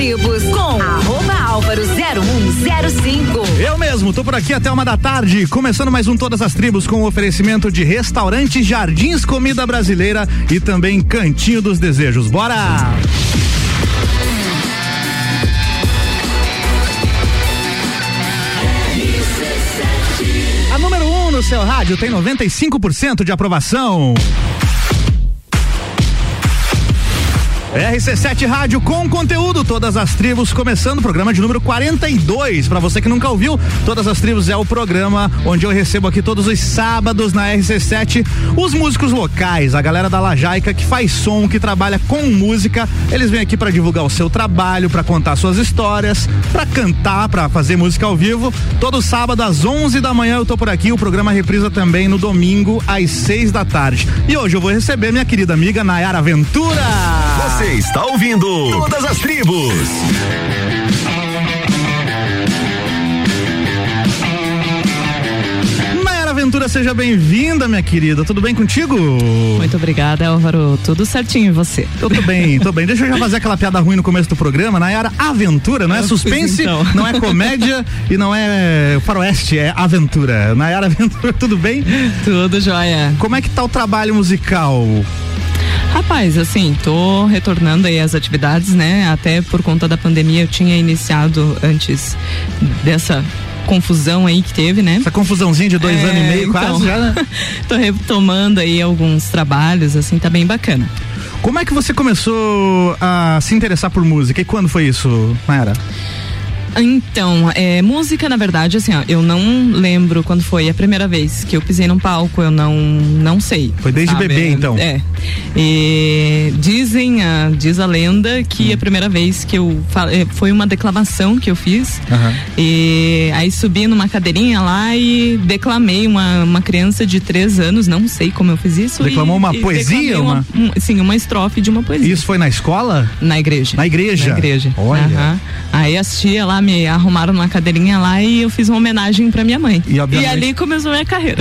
Tribos com @Álvaro0105. Eu mesmo, tô por aqui até 1h da tarde, começando mais um Todas as Tribos com o oferecimento de restaurante Jardins Comida Brasileira e também Cantinho dos Desejos. Bora! A número 1 no seu rádio tem 95% de aprovação. RC7 Rádio com conteúdo, Todas as Tribos, começando o programa de número 42. Pra você que nunca ouviu, Todas as Tribos é o programa onde eu recebo aqui todos os sábados na RC7 os músicos locais, a galera da Lajaica que faz som, que trabalha com música. Eles vêm aqui pra divulgar o seu trabalho, pra contar suas histórias, pra cantar, pra fazer música ao vivo. Todo sábado às 11 da manhã eu tô por aqui. O programa reprisa também no domingo às 6 da tarde. E hoje eu vou receber minha querida amiga Nayara Ventura. Você está ouvindo Todas as Tribos. Nayara Ventura, seja bem-vinda, minha querida. Tudo bem contigo? Muito obrigada, Álvaro. Tudo certinho, e você? Eu tô bem, tô bem. Deixa eu já fazer aquela piada ruim no começo do programa. Nayara Aventura, não é suspense, então. Não é comédia e não é faroeste, é aventura. Nayara Aventura, tudo bem? Tudo jóia. Como é que tá o trabalho musical? Rapaz, assim, tô retornando aí às atividades, né? Até por conta da pandemia eu tinha iniciado antes dessa confusão aí que teve, né? Essa confusãozinha de 2 anos e meio, então, quase já, né? Tô retomando aí alguns trabalhos, assim, tá bem bacana. Como é que você começou a se interessar por música e quando foi isso, Nayara? Então, música, na verdade, assim, ó, eu não lembro quando foi a primeira vez que eu pisei num palco, eu não sei. Foi desde bebê, então? E diz a lenda que a primeira vez que eu foi uma declamação que eu fiz, e aí subi numa cadeirinha lá e declamei uma criança de 3 anos, não sei como eu fiz isso. Declamou uma poesia? Sim, uma estrofe de uma poesia. Isso foi na escola? Na igreja. Na igreja? Na igreja. Olha. Aí as tias lá me arrumaram numa cadeirinha lá e eu fiz uma homenagem pra minha mãe. E ali começou a minha carreira.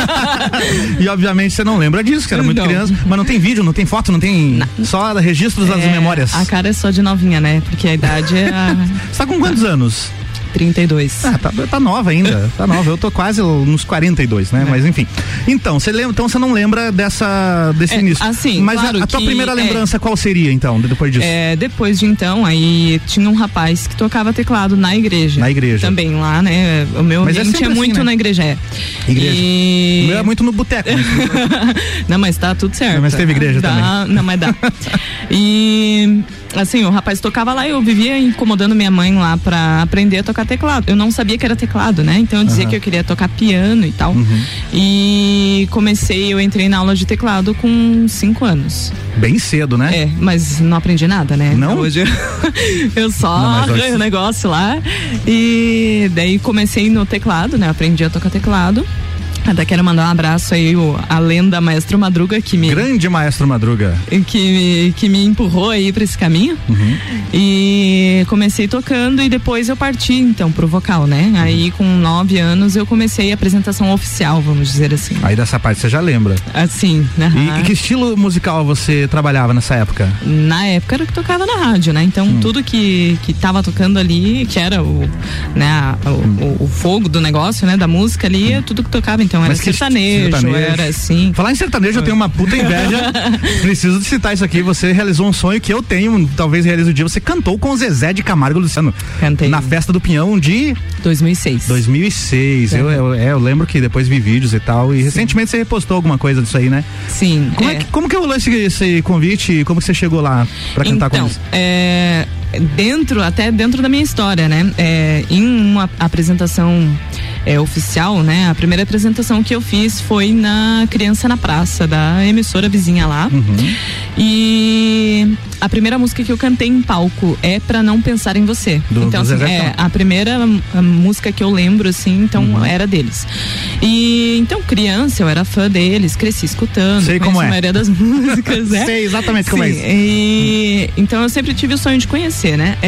E obviamente você não lembra disso, que era muito criança. Mas não tem vídeo, não tem foto, não tem só registros das memórias. A cara é só de novinha, né? Porque a idade é Você tá com quantos anos? 32. Tá nova ainda, tá nova. Eu tô quase nos 42, né? Mas enfim. Então, você não lembra desse início. Assim, mas claro a tua primeira lembrança qual seria, então, depois disso? Depois de então, aí tinha um rapaz que tocava teclado na igreja. Na igreja. Também lá, né? O meu ambiente é muito assim, né? Na igreja. Igreja. O meu é muito no boteco. Não, mas tá tudo certo. Mas teve igreja também. Não, mas dá. E assim, o rapaz tocava lá e eu vivia incomodando minha mãe lá pra aprender a tocar teclado. Eu não sabia que era teclado, né? Então eu dizia que eu queria tocar piano e tal. E eu entrei na aula de teclado com 5 anos. Bem cedo, né? Mas não aprendi nada, né? Não? Então, hoje eu só arranho o negócio lá. E daí comecei no teclado, né? Aprendi a tocar teclado. Até quero mandar um abraço aí a lenda Maestro Madruga Grande Maestro Madruga que me empurrou aí pra esse caminho. E comecei tocando e depois eu parti então pro vocal, né? Aí com 9 anos eu comecei a apresentação oficial, vamos dizer assim. Aí dessa parte você já lembra? Assim, né? E que estilo musical você trabalhava nessa época? Na época era o que tocava na rádio, né? Então tudo que tava tocando ali, que era o fogo do negócio, né? Da música ali, tudo que tocava. Então era sertanejo, era assim. Falar em sertanejo, eu tenho uma puta inveja. Preciso de citar isso aqui. Você realizou um sonho que eu tenho, talvez realize o dia. Você cantou com o Zezé de Camargo e Luciano. Cantei. Na Festa do Pinhão de 2006. Eu lembro que depois vi vídeos e tal. E recentemente você repostou alguma coisa disso aí, né? Sim. Como que rolou esse convite? Como que você chegou lá pra cantar com eles? Dentro da minha história, né? Em uma apresentação oficial, né? A primeira apresentação que eu fiz foi na Criança na Praça, da emissora vizinha lá. E a primeira música que eu cantei em palco é Pra Não Pensar em Você. Então, assim, a primeira música que eu lembro, assim, então era deles. E então, criança, eu era fã deles, cresci escutando. Sei como é. A maioria das músicas, né? Sei exatamente como é isso. E então eu sempre tive o sonho de conhecer, né?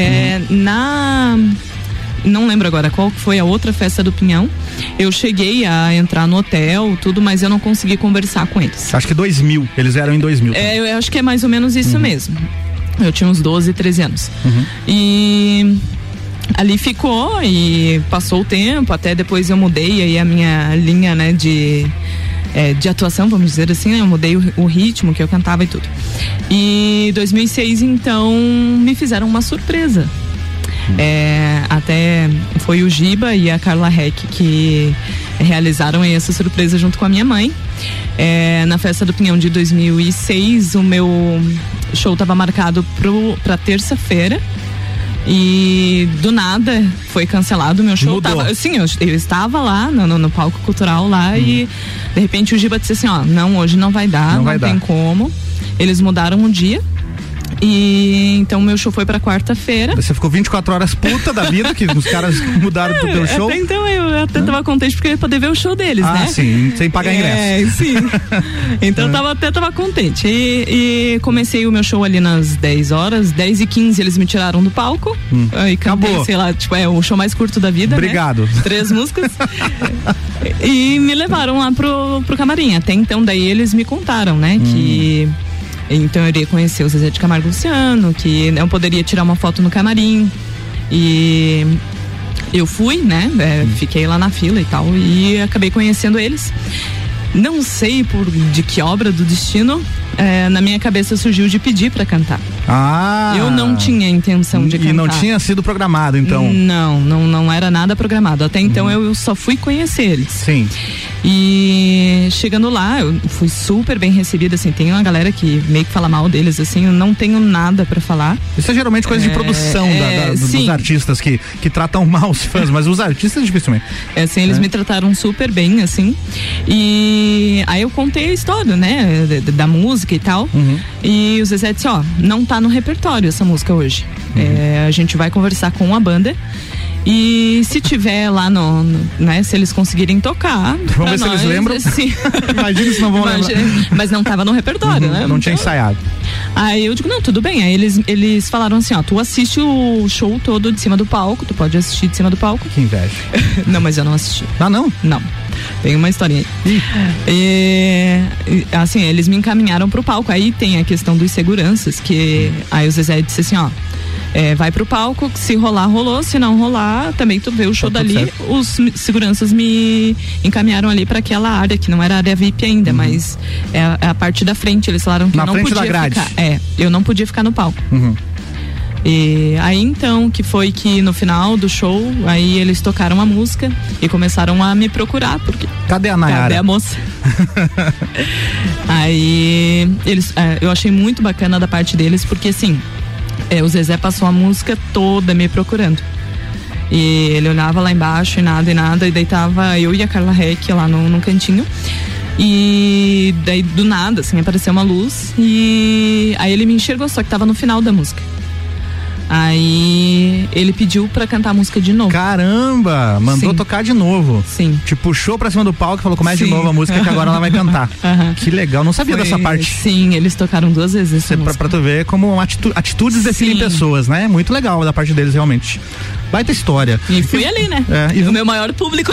Não lembro agora qual foi a outra festa do Pinhão. Eu cheguei a entrar no hotel, tudo, mas eu não consegui conversar com eles. Acho que 2000, eles eram em 2000. Eu acho que é mais ou menos isso mesmo. Eu tinha uns 12, 13 anos. E ali ficou e passou o tempo, até depois eu mudei aí a minha linha, né, de atuação, vamos dizer assim, né? Eu mudei o ritmo que eu cantava e tudo. E em 2006, então, me fizeram uma surpresa. Até foi o Giba e a Carla Heck que realizaram aí essa surpresa junto com a minha mãe. Na Festa do Pinhão de 2006, o meu show estava marcado para terça-feira. E do nada foi cancelado o meu show. Eu estava lá no palco cultural lá e de repente o Giba disse assim, ó, não, hoje não vai dar, não tem como. Eles mudaram o dia. E então meu show foi pra quarta-feira. Você ficou 24 horas puta da vida que os caras mudaram pro teu show? Até então eu até tava contente porque eu ia poder ver o show deles, né? Sim, sem pagar ingresso. Sim. Então eu até tava contente. E comecei o meu show ali nas 10 horas, 10h15 eles me tiraram do palco. E cantei, acabou. Sei lá, tipo, o show mais curto da vida. Obrigado. Né? 3 músicas. E me levaram lá pro camarim. Até então, daí eles me contaram, né, que então eu iria conhecer o Zezé de Camargo e Luciano, que eu poderia tirar uma foto no camarim. E eu fui, né? Fiquei lá na fila e tal, e acabei conhecendo eles. Não sei de que obra do destino, na minha cabeça surgiu de pedir pra cantar. Eu não tinha intenção de cantar. E não tinha sido programado, então? Não era nada programado. Até então eu só fui conhecer eles. Sim. E chegando lá, eu fui super bem recebida, assim, tem uma galera que meio que fala mal deles, assim, eu não tenho nada pra falar. Isso é geralmente coisa de produção dos artistas que tratam mal os fãs, mas os artistas dificilmente. Assim, eles me trataram super bem, assim, e aí eu contei a história, né, da música e tal, e o Zezé disse, ó, não tá no repertório essa música hoje. A gente vai conversar com a banda e se tiver lá né, se eles conseguirem tocar, vamos ver se eles lembram. Sim. Imagina se não vão lembrar. Mas não tava no repertório, né? Não tinha ensaiado. Aí eu digo, não, tudo bem. Aí eles falaram assim, ó, tu assiste o show todo de cima do palco, tu pode assistir de cima do palco. Que inveja. Não, mas eu não assisti. Não? Não. Tem uma historinha aí. Assim, eles me encaminharam pro palco. Aí tem a questão dos seguranças, que aí o Zezé disse assim, ó, vai pro palco, se rolar, rolou, se não rolar, também tu vê o show dali. Certo. Os seguranças me encaminharam ali pra aquela área, que não era área VIP ainda, mas é a parte da frente. Eles falaram que eu não podia ficar. Eu não podia ficar no palco. E aí então, que foi que no final do show, aí eles tocaram a música e começaram a me procurar, porque... Cadê a Nayara? Cadê a moça? Aí eu achei muito bacana da parte deles, porque assim, o Zezé passou a música toda me procurando. E ele olhava lá embaixo e nada, e daí tava eu e a Carla Heck lá no cantinho. E daí do nada, assim, apareceu uma luz e aí ele me enxergou, só que tava no final da música. Aí ele pediu pra cantar a música de novo. Caramba! Mandou tocar de novo. Sim. Te puxou pra cima do palco e falou, começa de novo a música que agora ela vai cantar. Que legal, não sabia dessa parte. Sim, eles tocaram 2 vezes essa música. Pra tu ver como atitudes definem pessoas, né? Muito legal da parte deles, realmente. Baita história. E fui ali, né? O meu maior público.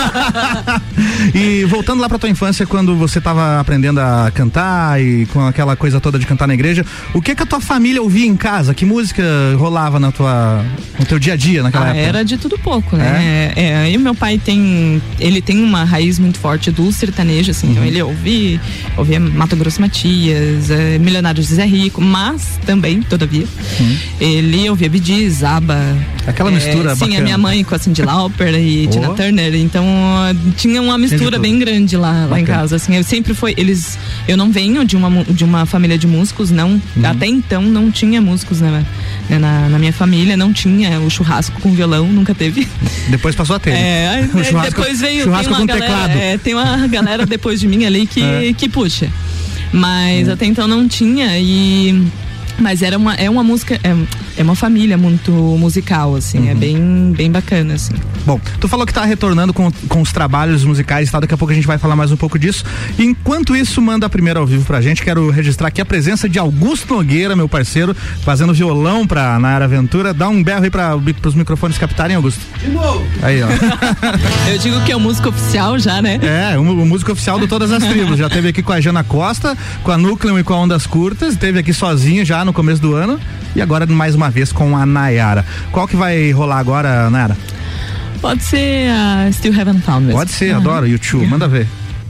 E voltando lá pra tua infância, quando você tava aprendendo a cantar e com aquela coisa toda de cantar na igreja, o que a tua família ouvia em casa? Que música rolava no teu dia a dia naquela época? Era de tudo pouco, né? E o meu pai tem uma raiz muito forte do sertanejo, assim, então ele ouvia Mato Grosso Matias, Milionários de Zé Rico, mas também, todavia, ele ouvia Bee Gees, ABBA. Aquela mistura sim, bacana. A minha mãe com a Cyndi Lauper e Tina Turner, então tinha uma mistura bem grande lá em casa, assim, eu sempre eu não venho de uma família de músicos, não, até então não tinha músicos, né, na minha família, não tinha o churrasco com violão, nunca teve. Depois passou a ter. Depois veio, churrasco com teclado. Tem uma galera depois de mim ali que puxa, mas até então não tinha, mas é uma música, é uma família muito musical, assim, é bem bacana, assim. Bom, tu falou que tá retornando com os trabalhos musicais e tal, daqui a pouco a gente vai falar mais um pouco disso. Enquanto isso, manda a primeira ao vivo pra gente, quero registrar aqui a presença de Augusto Nogueira, meu parceiro, fazendo violão pra Nayara Ventura. Dá um berro aí pros microfones captarem, Augusto. De novo! Aí, ó. Eu digo que é o músico oficial já, né? O músico oficial de Todas as Tribos, já teve aqui com a Jana Costa, com a Núcleo e com a Ondas Curtas, teve aqui sozinho já no começo do ano e agora mais uma vez com a Nayara. Qual que vai rolar agora, Nayara? Pode ser a Still Haven't Found mesmo. Pode ser, adoro YouTube, manda ver.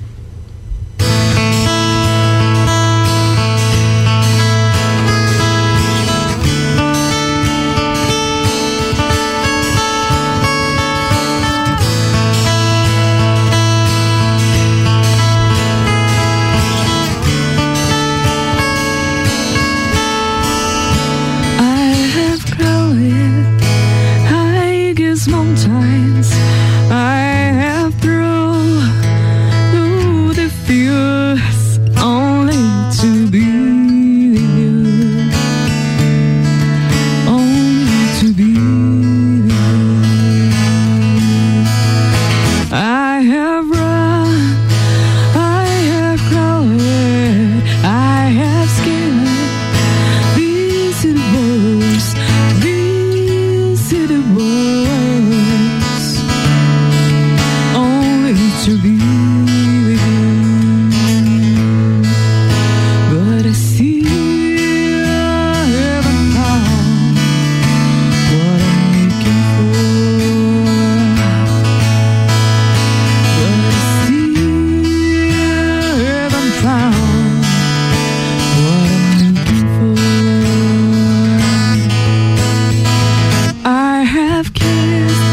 Mountains I have through the fears only to be with you, only to be with you. I have run, I have crawled, I have scared these city walls, these city walls. To be with you, but I still haven't found what I'm looking for. But I still haven't found what I'm looking for. I have kissed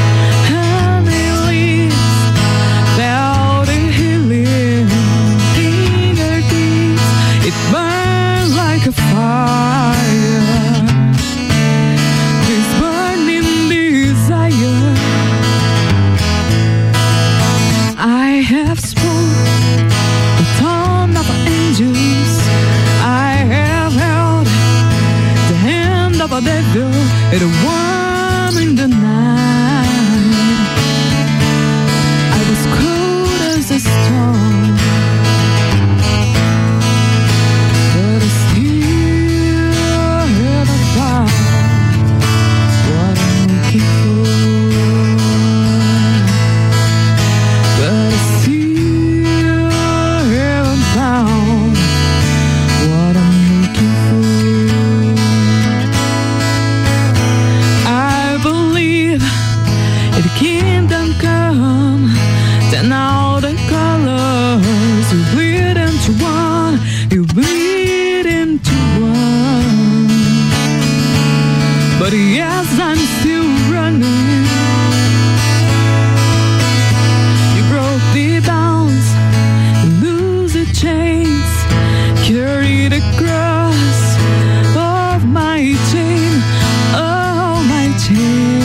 at a warm in the night. I was cold as a stone, but I still haven't found what I'm looking for. But I still haven't found what I'm looking for. Kingdom come, then all the colors you bleed into one, you bleed into one. But yes, I'm still running. You broke the bounds, lose the chains, carry the cross of my chain, oh my chain.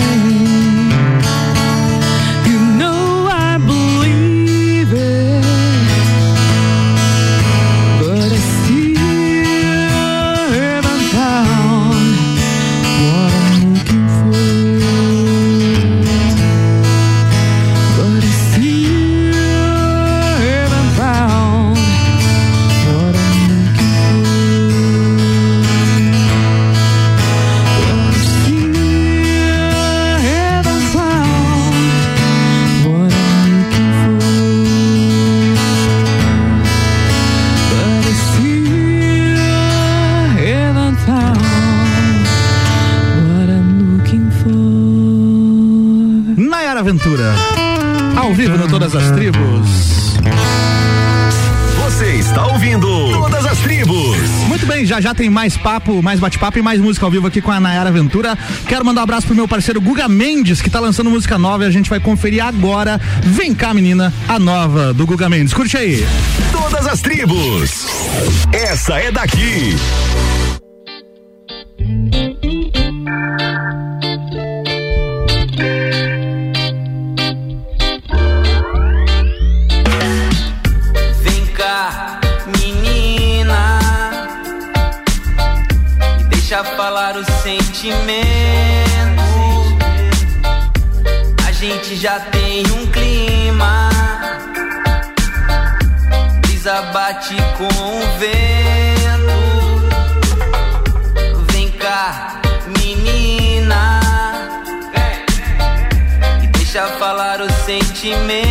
Aventura, ao vivo no Todas as Tribos. Você está ouvindo Todas as Tribos. Muito bem, já tem mais papo, mais bate-papo e mais música ao vivo aqui com a Nayara Aventura. Quero mandar um abraço pro meu parceiro Guga Mendes, que tá lançando música nova e a gente vai conferir agora. Vem cá, menina, a nova do Guga Mendes. Curte aí. Todas as Tribos. Essa é daqui. Deixa falar os sentimentos. A gente já tem um clima. Brisa bate com o vento. Vem cá, menina, e deixa falar os sentimentos.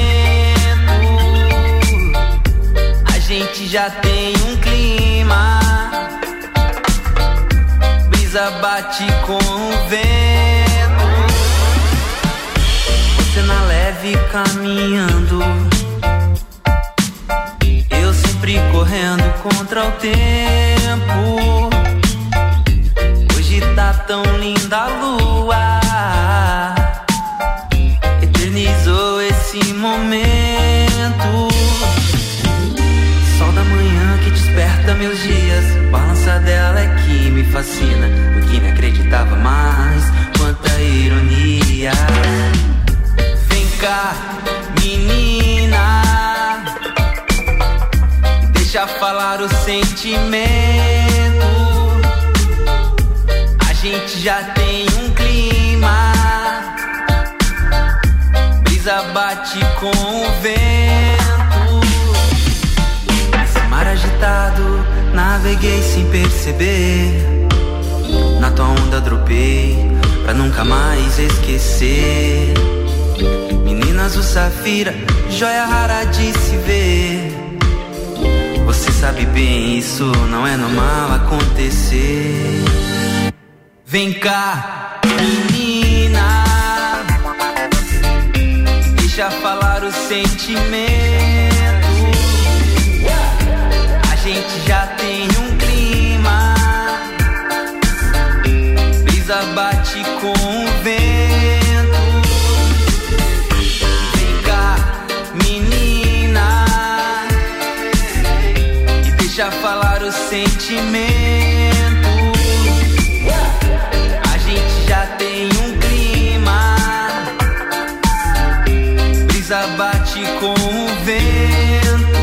A gente já tem um clima. brisa bate com o vento. Você na leve caminhando, eu sempre correndo contra o tempo. Hoje tá tão linda a lua, eternizou esse momento. Sol da manhã que desperta meus dias, balança dela é que me fascina. No que me acreditava mais, quanta ironia. Vem cá, menina, deixa falar o sentimento. A gente já tem um clima, brisa bate com o vento. Esse mar agitado, naveguei sem perceber. Na tua onda dropei, pra nunca mais esquecer. Menina azul safira, joia rara de se ver. Você sabe bem, isso não é normal acontecer. Vem cá, menina, deixa falar o sentimento. A gente já tem um clima, brisa bate com o vento. Vem cá, menina, e deixa falar o sentimento. A gente já tem um clima, brisa bate com o vento.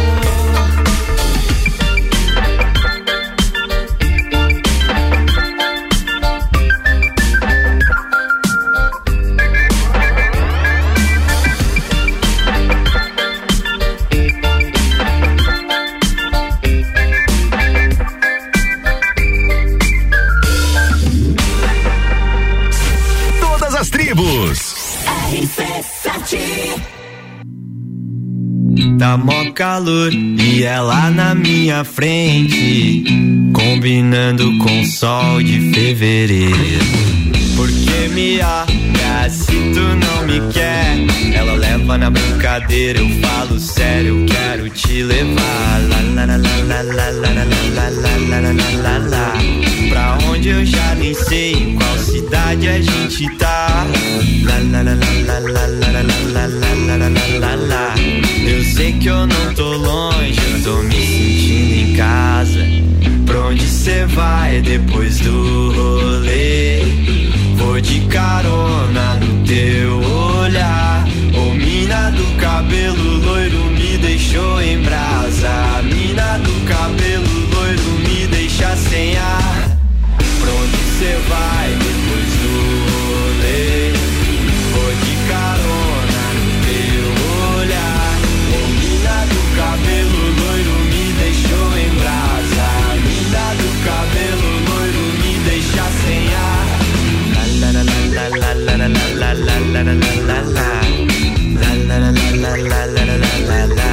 Tá mó calor e ela na minha frente, combinando com o sol de fevereiro. Porque me olha se tu não me quer, ela leva na brincadeira, eu falo sério, eu quero te levar. La la la la la la la la la la la la. Pra onde eu já nem sei, em qual cidade a gente tá. La la la la la la la la la la la la. Eu sei que eu não tô longe, eu tô me sentindo em casa. Pra onde cê vai depois do rolê? Vou de carona no teu olhar. Ô mina do cabelo loiro me deixou em brasa. A mina do cabelo loiro me deixa sem ar. Pra onde cê vai depois do rolê? Vou de carona no teu olhar. Ô mina do cabelo loiro me deixou em brasa. A mina do cabelo loiro me deixa sem ar. La la la la la la la la la la la la la. La la la la la la la la la la.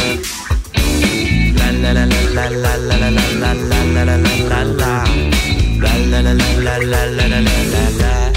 La la la la la la la la la la la la la. La la la la la la la la la.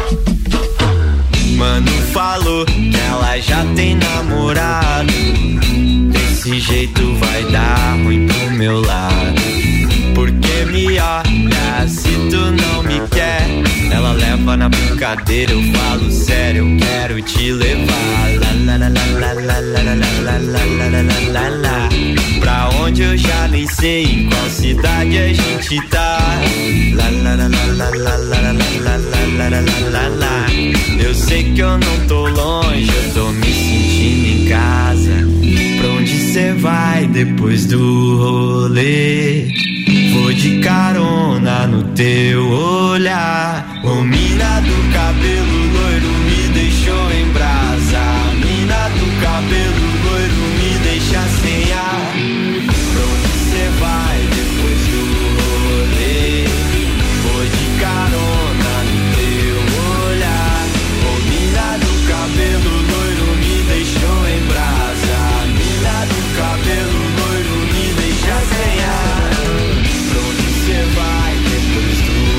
Mano falou que ela já tem namorado. Desse jeito vai dar ruim pro meu lado. Porque me olha se tu não me quer, ela leva na brincadeira, eu falo sério, eu quero te levar. La la la la la la la la la la la la. Pra onde eu já nem sei, em qual cidade a gente tá. La la la la la la la la la la la la. Eu sei que eu não tô longe, eu tô me sentindo em casa. Pra onde cê vai depois do rolê? Vou de carona no teu olhar. Ô mina do cabelo loiro me deixou em brasa. A mina do cabelo loiro me deixa sem ar. Pra onde cê vai depois do rolê? Vou de carona no teu olhar. Ô mina do cabelo loiro me deixou em brasa. A mina do cabelo loiro me deixa sem ar. Pra onde cê vai depois do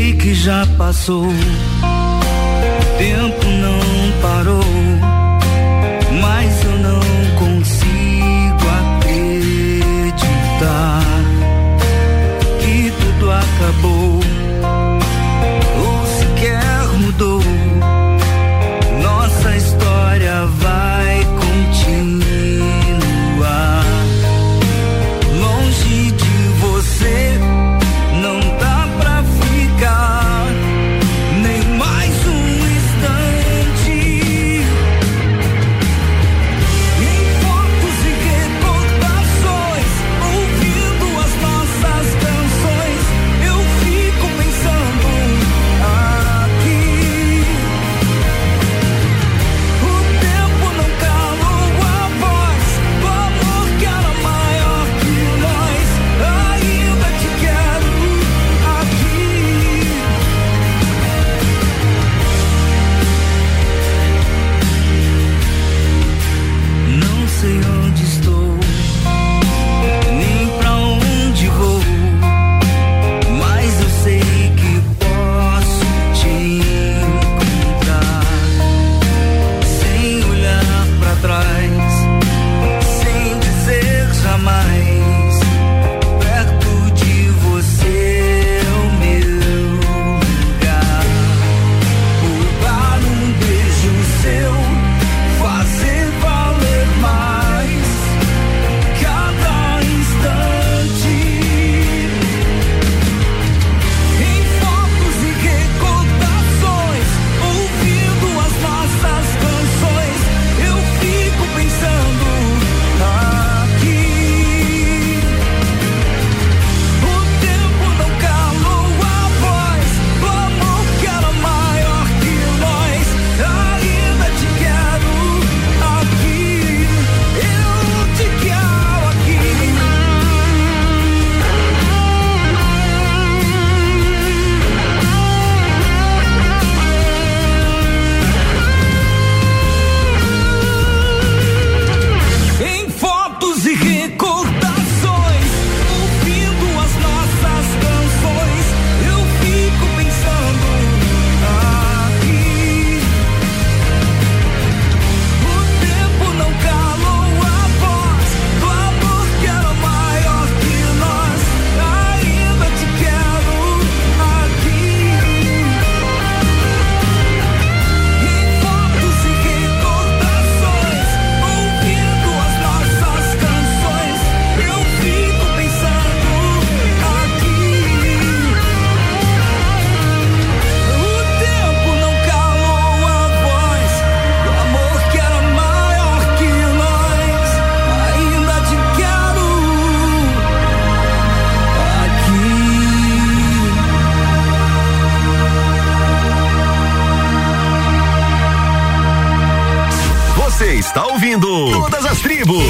sei que já passou, o tempo não parou, mas eu não consigo acreditar que tudo acabou ou sequer mudou. Nossa história vai continuar. Longe de você não dá pra ficar nem mais um instante. Em fotos e recordações, ouvindo as nossas canções, eu fico pensando aqui. O tempo não calou a voz do amor que era maior que nós. Ainda te quero aqui. Não sei onde estou, nem pra onde vou, mas eu sei que posso te encontrar, sem olhar pra trás, sem dizer jamais. Perto de você é o meu lugar. Roubar um beijo seu, fazer valer mais cada instante. Em fotos e recordações, ouvindo as nossas canções, eu fico pensando aqui. O tempo não calou a voz do amor que era maior que nós. Ainda te quero aqui. Eu te quero aqui. Em fotos e recordações, ouvindo as nossas canções, eu fico pensando aqui. O tempo não calou a voz do amor que era maior que nós. Ainda te quero aqui. Em fotos e recordações, ouvindo as nossas canções, eu fico pensando aqui. O tempo não calou a voz do amor que era maior que nós. Ainda te quero aqui. Você está ouvindo Todas as Tribos.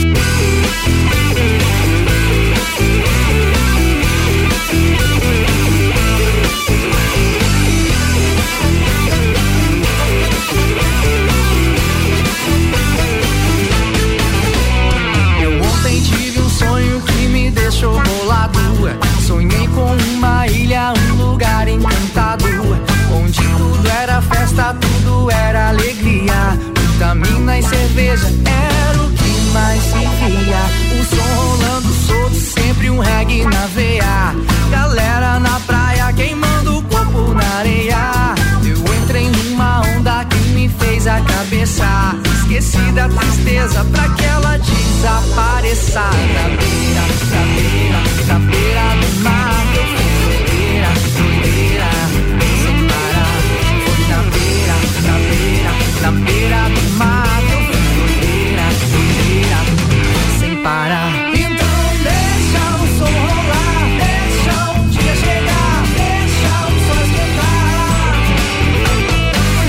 Eu ontem tive um sonho que me deixou bolado. Sonhei com uma ilha, um lugar encantado, onde tudo era festa, tudo era alegria. Vitamina e cerveja era o que mais se via. O som rolando solto, sempre um reggae na veia. Galera na praia queimando o corpo na areia. Eu entrei numa onda que me fez a cabeça. Esqueci da tristeza pra que ela desapareça. Da beira, da beira, da beira do mar. Eu fui doideira, doideira, sem parar. Foi na beira, na beira, na beira do mar. Eu fui doideira, doideira, sem parar. Então deixa o som rolar, deixa o dia chegar, deixa o sol esquentar.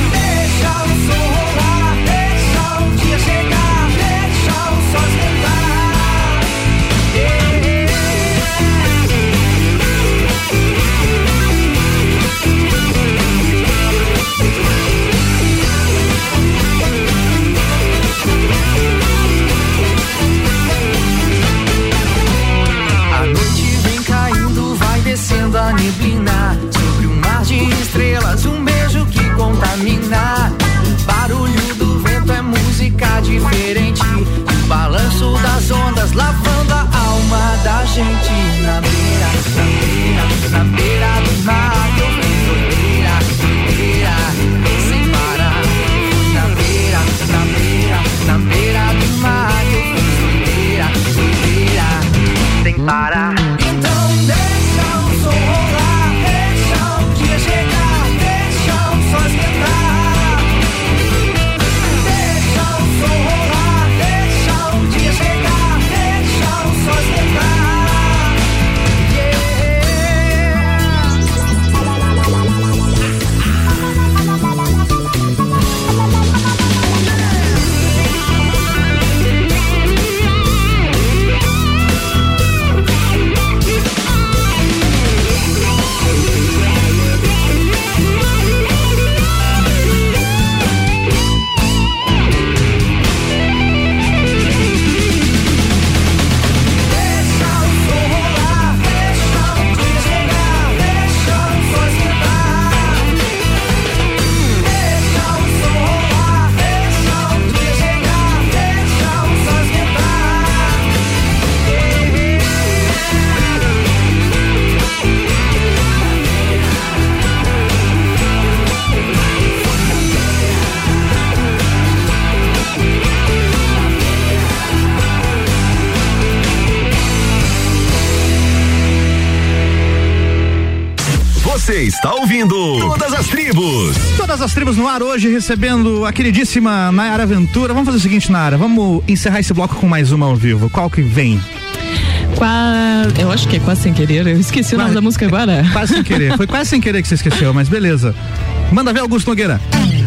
Deixa o som rolar, deixa o dia chegar, deixa o sol esquentar. parar. Então deixa o som rolar, deixa o dia chegar, deixa o sol esquentar. Deixa o som rolar, deixa o dia chegar, deixa o sol esquentar. Você está ouvindo Todas as Tribos. Todas as Tribos no ar hoje, recebendo a queridíssima Nayara Ventura. Vamos fazer o seguinte, Nayara, vamos encerrar esse bloco com mais uma ao vivo. Qual que vem? Eu acho que é Quase Sem Querer. Eu esqueci o nome da música agora. Quase Sem Querer. Foi quase sem querer que você esqueceu, mas beleza. Manda ver, Augusto Nogueira.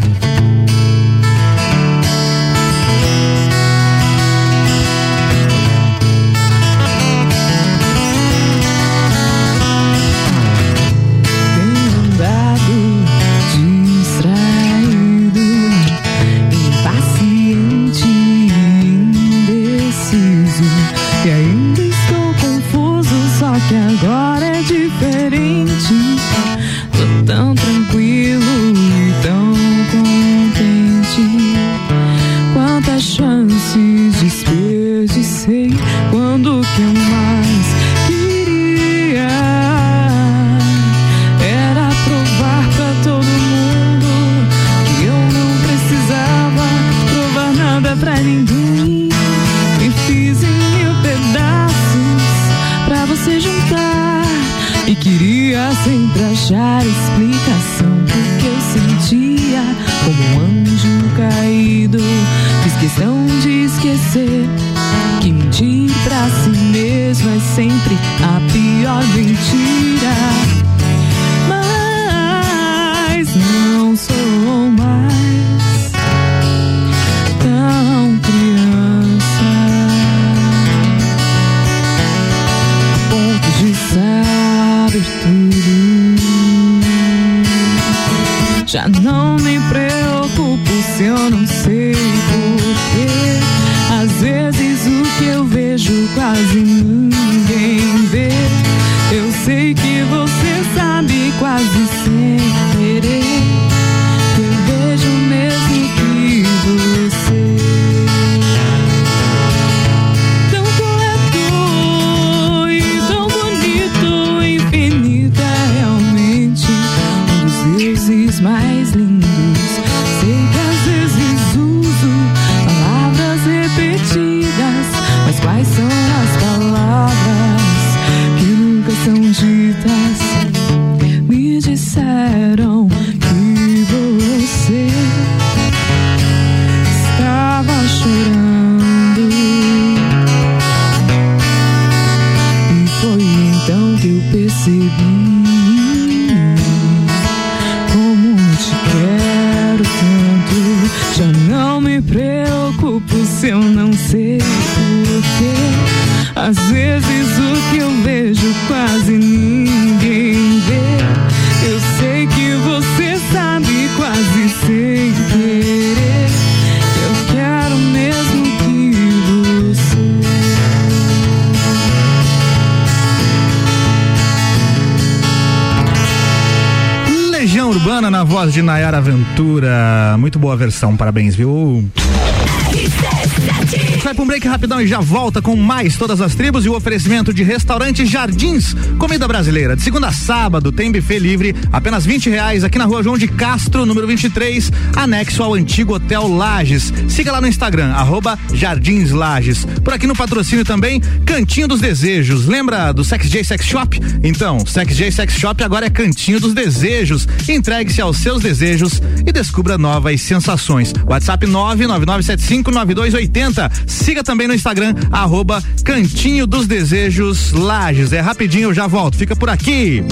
Já não me preocupo se eu não sei porquê. Às vezes o que eu vejo quase ninguém vê. Eu sei que você sabe quase sem querer. Eu vejo mesmo que você tão corretor e tão bonito, infinito é realmente um dos deuses mais lindos. Sei que às vezes uso palavras repetidas, mas quais são as palavras que nunca são ditas? Me disseram que você estava chorando, e foi então que eu percebi como te quero tanto. Já não me preocupo se eu não sei porquê. Às vezes o que eu vejo quase ninguém vê. Eu sei que você sabe quase sem querer. Eu quero mesmo que você Legião Urbana na voz de Nayara Ventura. Muito boa versão, parabéns, viu? RC7 gente vai pra um break rapidão e já volta com mais Todas as Tribos e o oferecimento de restaurante Jardins, comida brasileira. De segunda a sábado tem buffet livre, apenas R$20 aqui na rua João de Castro, número 23, anexo ao antigo Hotel Lages. Siga lá no Instagram, @Jardins Lages. Por aqui no patrocínio também, Cantinho dos Desejos. Lembra do Sex J Sex Shop? Então, Sex J Sex Shop agora é Cantinho dos Desejos. Entregue-se aos seus desejos e descubra novas sensações. WhatsApp 999759280. Siga também no Instagram, @Cantinho dos Desejos Lages. É rapidinho, eu já volto. Fica por aqui.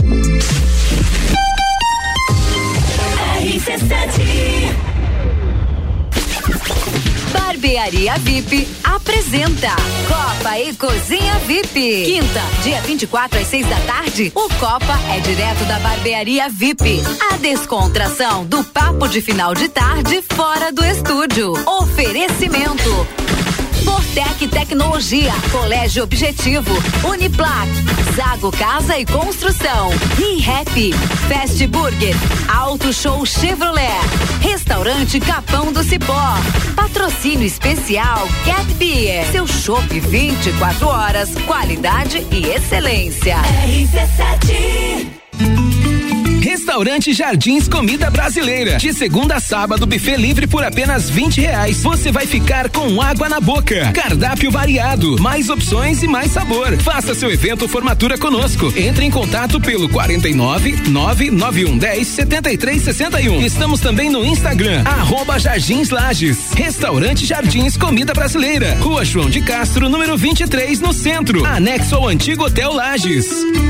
Barbearia VIP apresenta Copa e Cozinha VIP. Quinta, dia 24 às 6 da tarde, o Copa é direto da Barbearia VIP. A descontração do papo de final de tarde fora do estúdio. Oferecimento Fortec Tecnologia, Colégio Objetivo, Uniplac, Zago Casa e Construção, ReHap, Fast Burger, Auto Show Chevrolet, Restaurante Capão do Cipó, patrocínio especial Cat Beer, seu chopp 24 horas, qualidade e excelência. RC7 Restaurante Jardins Comida Brasileira. De segunda a sábado, buffet livre por apenas R$20. Você vai ficar com água na boca. Cardápio variado, mais opções e mais sabor. Faça seu evento ou formatura conosco. Entre em contato pelo 49991107361. Estamos também no Instagram, @Jardins Lages. Restaurante Jardins Comida Brasileira. Rua João de Castro, número 23, no centro. Anexo ao antigo Hotel Lages.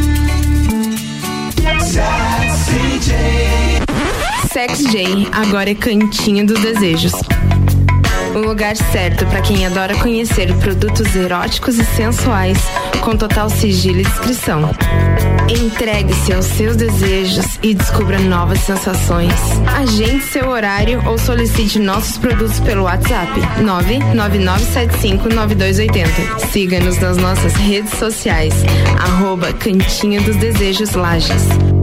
Sex J, agora é Cantinho dos Desejos. Um lugar certo para quem adora conhecer produtos eróticos e sensuais, com total sigilo e discrição. Entregue-se aos seus desejos e descubra novas sensações. Agende seu horário ou solicite nossos produtos pelo WhatsApp 999759280. Siga-nos nas nossas redes sociais, @Cantinho dos Desejos Lages.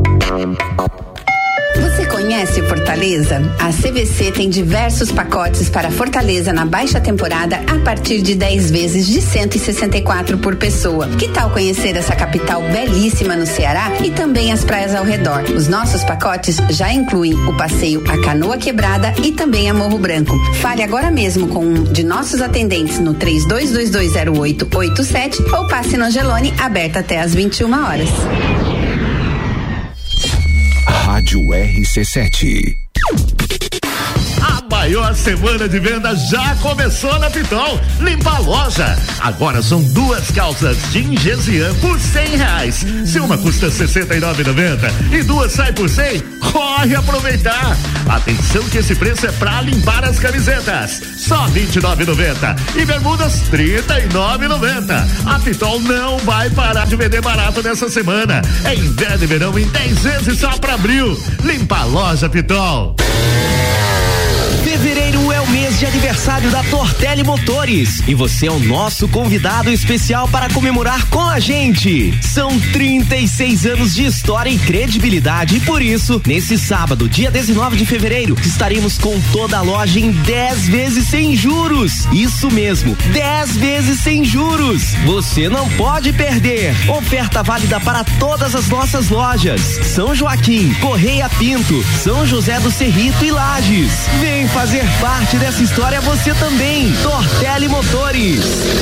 Você conhece Fortaleza? A CVC tem diversos pacotes para Fortaleza na baixa temporada a partir de 10 vezes de R$164 por pessoa. Que tal conhecer essa capital belíssima no Ceará e também as praias ao redor? Os nossos pacotes já incluem o passeio a Canoa Quebrada e também a Morro Branco. Fale agora mesmo com um de nossos atendentes no 32220887 ou passe no Angelone, aberta até às 21 horas. Rádio RC7. A maior semana de vendas já começou na Pitol. Limpa a loja. Agora são 2 calças jeans Gesian por R$100. Se uma custa R$69,90 e 2 sai por 100, corre aproveitar. Atenção que esse preço é pra limpar as camisetas. Só R$29,90 e bermudas R$39,90. A Pitol não vai parar de vender barato nessa semana. É inverno e verão em 10 vezes só pra abril. Limpa a loja, Pitol. Fevereiro é o mês de aniversário da Tortelli Motores e você é o nosso convidado especial para comemorar com a gente. São 36 anos de história e credibilidade e por isso, nesse sábado, dia 19 de fevereiro, estaremos com toda a loja em 10 vezes sem juros. Isso mesmo, 10 vezes sem juros. Você não pode perder. Oferta válida para todas as nossas lojas: São Joaquim, Correia Pinto, São José do Cerrito e Lages. Vem fazer parte dessa história você também. Tortelli Motores.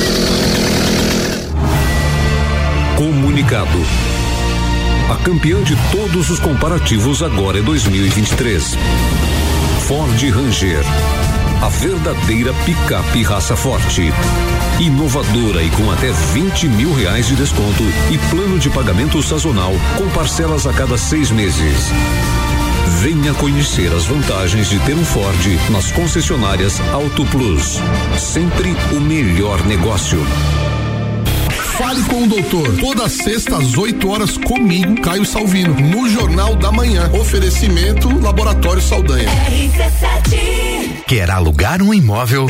Comunicado. A campeã de todos os comparativos agora é 2023. Ford Ranger. A verdadeira picape raça forte. Inovadora e com até R$20 mil de desconto e plano de pagamento sazonal com parcelas a cada 6 meses. Venha conhecer as vantagens de ter um Ford nas concessionárias Auto Plus. Sempre o melhor negócio. Fale com o doutor. Toda sexta às 8 horas comigo, Caio Salvino, no Jornal da Manhã. Oferecimento Laboratório Saldanha. RC7. Quer alugar um imóvel?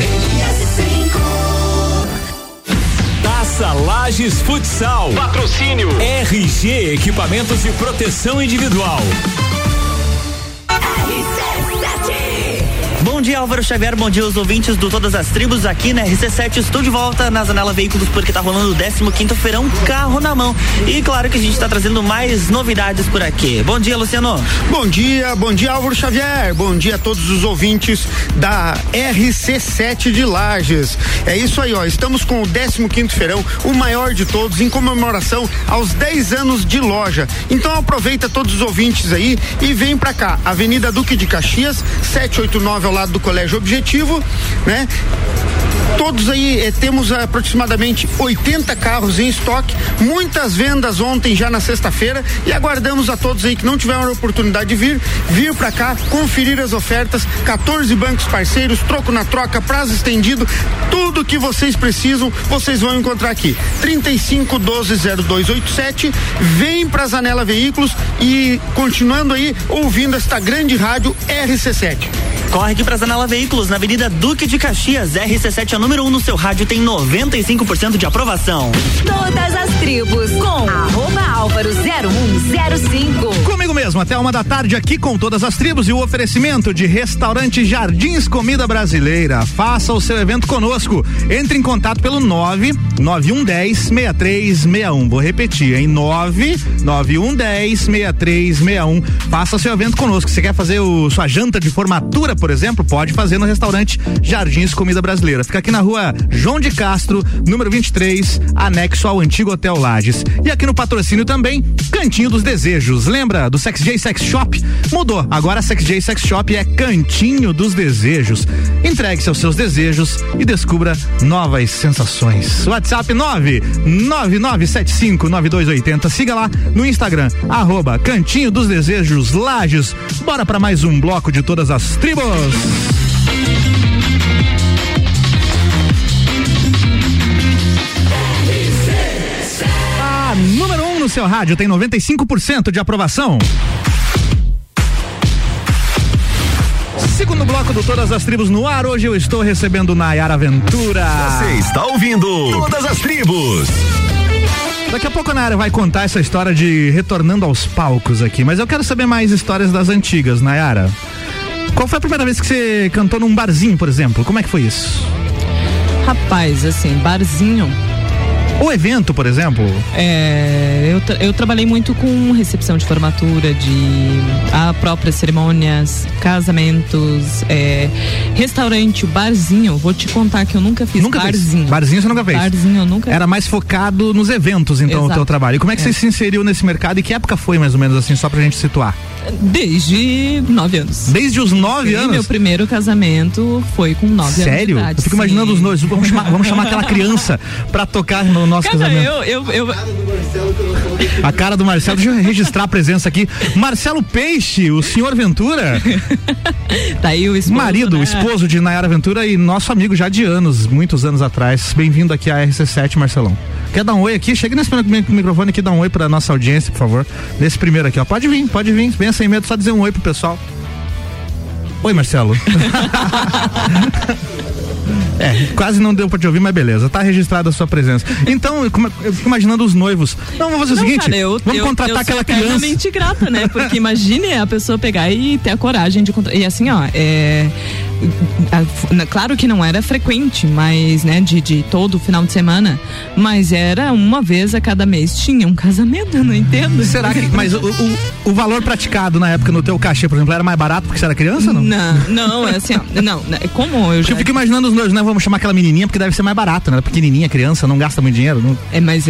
Taça Lages Futsal. Patrocínio RG Equipamentos de Proteção Individual. RC7. Bom dia, Álvaro Xavier, bom dia aos ouvintes do Todas as Tribos aqui na RC7. Estou de volta na Zanela Veículos porque tá rolando o 15º Feirão Carro na Mão. E claro que a gente tá trazendo mais novidades por aqui. Bom dia, Luciano. Bom dia, Álvaro Xavier. Bom dia a todos os ouvintes da RC7 de Lages. É isso aí, ó, estamos com o 15º Feirão, o maior de todos, em comemoração aos 10 anos de loja. Então aproveita todos os ouvintes aí e vem pra cá, Avenida Duque de Caxias, 789 ao lado do Colégio Objetivo, né? Todos aí temos aproximadamente 80 carros em estoque, muitas vendas ontem já na sexta-feira e aguardamos a todos aí que não tiveram a oportunidade de vir pra cá, conferir as ofertas, 14 bancos parceiros, troco na troca, prazo estendido, tudo que vocês precisam, vocês vão encontrar aqui. 3512-0287, vem pra Zanela Veículos e continuando aí ouvindo esta grande rádio RC7. Corre aqui pra Zanela Veículos, na Avenida Duque de Caxias, RC7 é número 1 no seu rádio, tem 95% de aprovação. Todas as tribos com @Álvaro0105. Comigo mesmo, até 1h da tarde aqui com Todas as Tribos e o oferecimento de Restaurante Jardins Comida Brasileira. Faça o seu evento conosco. Entre em contato pelo 99110-6361. Vou repetir, hein? 99110-6361. Faça seu evento conosco. Você quer fazer sua janta de formatura, por exemplo? Pode fazer no Restaurante Jardins Comida Brasileira. Fica aqui na rua João de Castro, número 23, anexo ao antigo Hotel Lages. E aqui no patrocínio também, Cantinho dos Desejos. Lembra do Sex J Sex Shop? Mudou. Agora Sex J Sex Shop é Cantinho dos Desejos. Entregue-se aos seus desejos e descubra novas sensações. WhatsApp 999759280. Siga lá no Instagram, @Cantinho dos Desejos Lages. Bora para mais um bloco de Todas as Tribos. Número 1 no seu rádio, tem 95% de aprovação. Segundo bloco do Todas as Tribos no ar, hoje eu estou recebendo Nayara Ventura. Você está ouvindo Todas as Tribos. Daqui a pouco a Nayara vai contar essa história de retornando aos palcos aqui, mas eu quero saber mais histórias das antigas, Nayara. Qual foi a primeira vez que você cantou num barzinho, por exemplo? Como é que foi isso? Rapaz, assim, barzinho... O evento, por exemplo? Eu trabalhei muito com recepção de formatura, a próprias cerimônias, casamentos, restaurante, barzinho. Vou te contar que eu nunca fiz barzinho. Barzinho você nunca fez? Barzinho eu nunca. Era mais focado nos eventos, então, o teu trabalho. E como é que você se inseriu nesse mercado e que época foi, mais ou menos, assim, só pra gente situar? Desde 9 anos. Desde os 9 anos? Meu primeiro casamento foi com 9 anos. Sério? Eu fico imaginando os noivos. Vamos chamar aquela criança pra tocar no nosso casamento. A cara do Marcelo, deixa eu registrar a presença aqui. Marcelo Peixe, o senhor Ventura. Tá aí o esposo, marido, né? esposo de Nayara Ventura e nosso amigo já de anos, muitos anos atrás. Bem-vindo aqui à RC7, Marcelão. Quer dar um oi aqui? Chega nesse microfone aqui, dá um oi pra nossa audiência, por favor. Nesse primeiro aqui, ó. Pode vir. Venha sem medo, só dizer um oi pro pessoal. Oi, Marcelo. Quase não deu pra te ouvir, mas beleza, tá registrada a sua presença. Então, eu fico imaginando os noivos. Não, vamos fazer o seguinte, cara, vamos contratar aquela criança. Eu sou eternamente grata, né? Porque imagine a pessoa pegar e ter a coragem de contratar. E assim, ó, claro que não era frequente, mas, né, de todo final de semana, mas era uma vez a cada mês tinha um casamento, eu não entendo. Será que, mas o valor praticado na época no teu cachê, por exemplo, era mais barato porque você era criança, não? Não, é assim, ó, não, como eu já... Eu fico imaginando os noivos, né, vamos chamar aquela menininha porque deve ser mais barato, né, pequenininha, criança, não gasta muito dinheiro. Não... Mas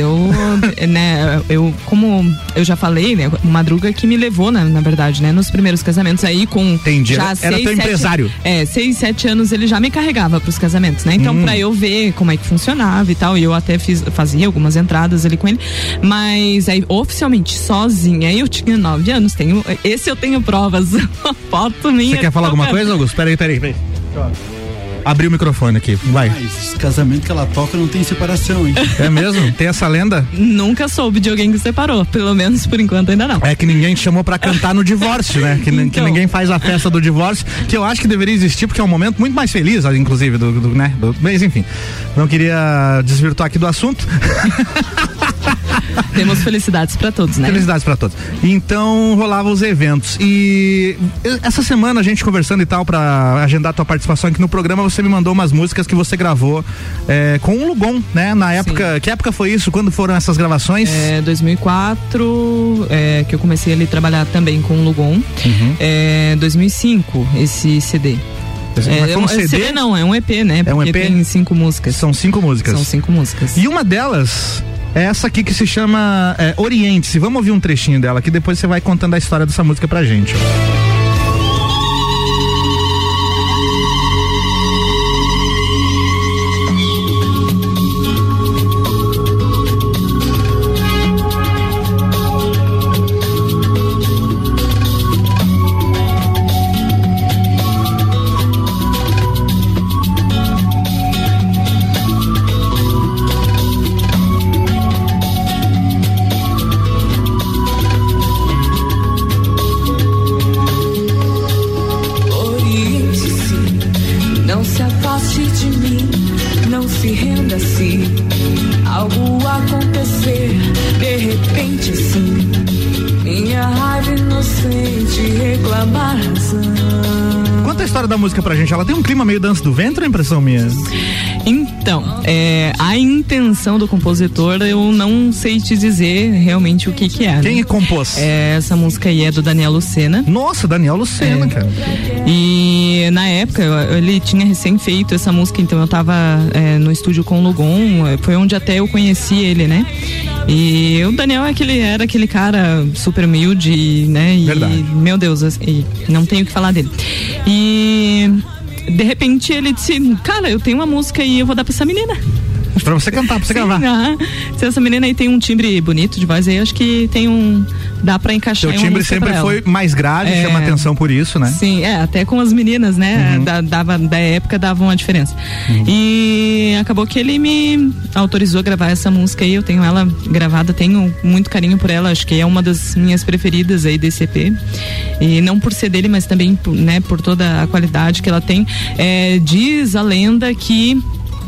como eu já falei, né, o Madruga que me levou, na verdade, né, nos primeiros casamentos aí com... Entendi, já era teu empresário. 6, 7 anos ele já me carregava pros casamentos, né? Então pra eu ver como é que funcionava e tal, e eu até fazia algumas entradas ali com ele, mas aí oficialmente sozinha, eu tinha 9 anos, eu tenho provas, uma foto minha. Você quer falar alguma coisa, Augusto? Peraí. Abri o microfone aqui, vai. Esse casamento que ela toca não tem separação, hein? É mesmo? Tem essa lenda? Nunca soube de alguém que separou, pelo menos por enquanto ainda não. É que ninguém te chamou pra cantar no divórcio, né? Que ninguém faz a festa do divórcio, que eu acho que deveria existir, porque é um momento muito mais feliz, inclusive, mas enfim, não queria desvirtuar aqui do assunto. Temos felicidades pra todos, né? Felicidades pra todos. Então, rolavam os eventos. E essa semana, a gente conversando e tal, pra agendar a tua participação aqui no programa, você me mandou umas músicas que você gravou com o Lugon, né? Na época, sim. Que época foi isso? Quando foram essas gravações? 2004, que eu comecei ali a trabalhar também com o Lugon. 2005, esse CD. Um CD não, é um EP, né? Porque é um EP? Tem 5 músicas. São 5 músicas. São 5 músicas. E uma delas é essa aqui que se chama Oriente-se. Vamos ouvir um trechinho dela que depois você vai contando a história dessa música pra gente. Da música pra gente, ela tem um clima meio dança do ventre, é impressão minha? Então, a intenção do compositor eu não sei te dizer realmente o que é. Quem compôs? Essa música aí é do Daniel Lucena. Nossa, Daniel Lucena, cara. E na época ele tinha recém feito essa música, então eu tava no estúdio com o Lugon, foi onde até eu conheci ele, né? E o Daniel era aquele cara super humilde, né? Verdade. E, meu Deus, não tenho o que falar dele. E de repente ele disse, cara, eu tenho uma música e eu vou dar pra essa menina. Pra você cantar, pra você gravar. Se essa menina aí tem um timbre bonito de voz aí, acho que dá pra encaixar. Seu timbre sempre foi mais grave, chama atenção por isso, né? Sim, até com as meninas, né? Da época dava uma diferença. E acabou que ele me autorizou a gravar essa música aí, eu tenho ela gravada, tenho muito carinho por ela, acho que é uma das minhas preferidas aí desse EP. E não por ser dele, mas também, né, por toda a qualidade que ela tem. Diz a lenda que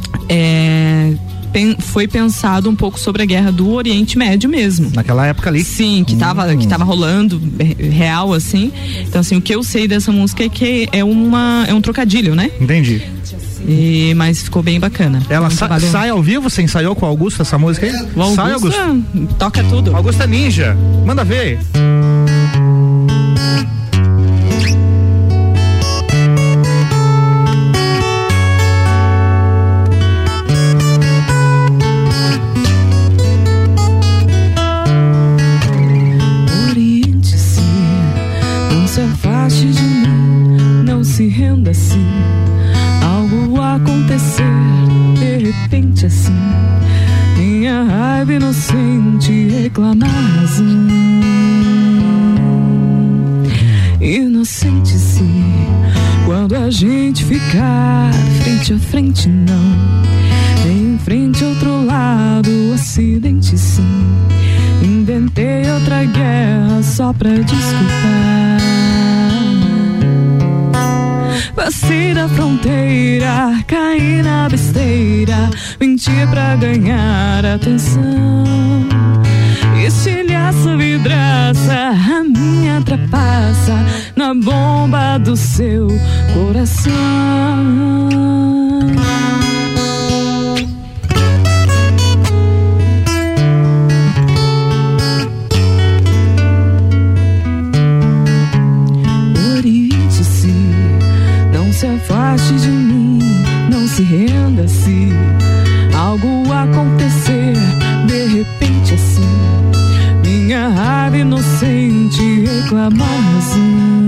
foi pensado um pouco sobre a guerra do Oriente Médio mesmo. Naquela época ali? Sim, que tava rolando real, assim. Então, assim, o que eu sei dessa música é que é um trocadilho, né? Entendi. Mas ficou bem bacana. Ela sai ao vivo? Você ensaiou com o Augusto essa música aí? O Augusto, sai, Augusto? Toca tudo. Augusto é ninja. Manda ver. Afaste de mim, não se renda assim. Algo acontecer, de repente assim. Minha raiva inocente reclama razão. Inocente sim, quando a gente ficar frente a frente não. Nem em frente outro lado, acidente sim. Inventei outra guerra só pra desculpar. Passei da fronteira, caí na besteira, menti pra ganhar atenção. Estilhaço, vidraça, a minha trapaça na bomba do seu coração. Se afaste de mim, não se renda se algo acontecer, de repente assim. Minha raiva inocente reclama razão.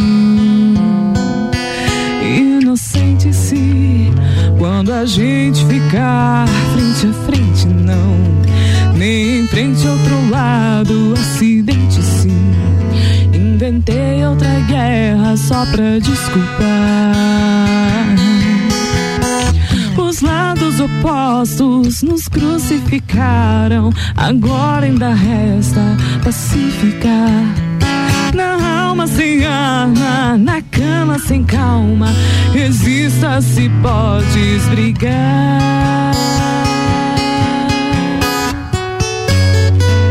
Inocente se quando a gente ficar frente a frente não. Nem em frente outro lado, acidente sim. Inventei outra guerra só pra desculpar. Os lados opostos nos crucificaram. Agora ainda resta pacificar. Na alma sem arma, na cama sem calma. Resista se podes brigar.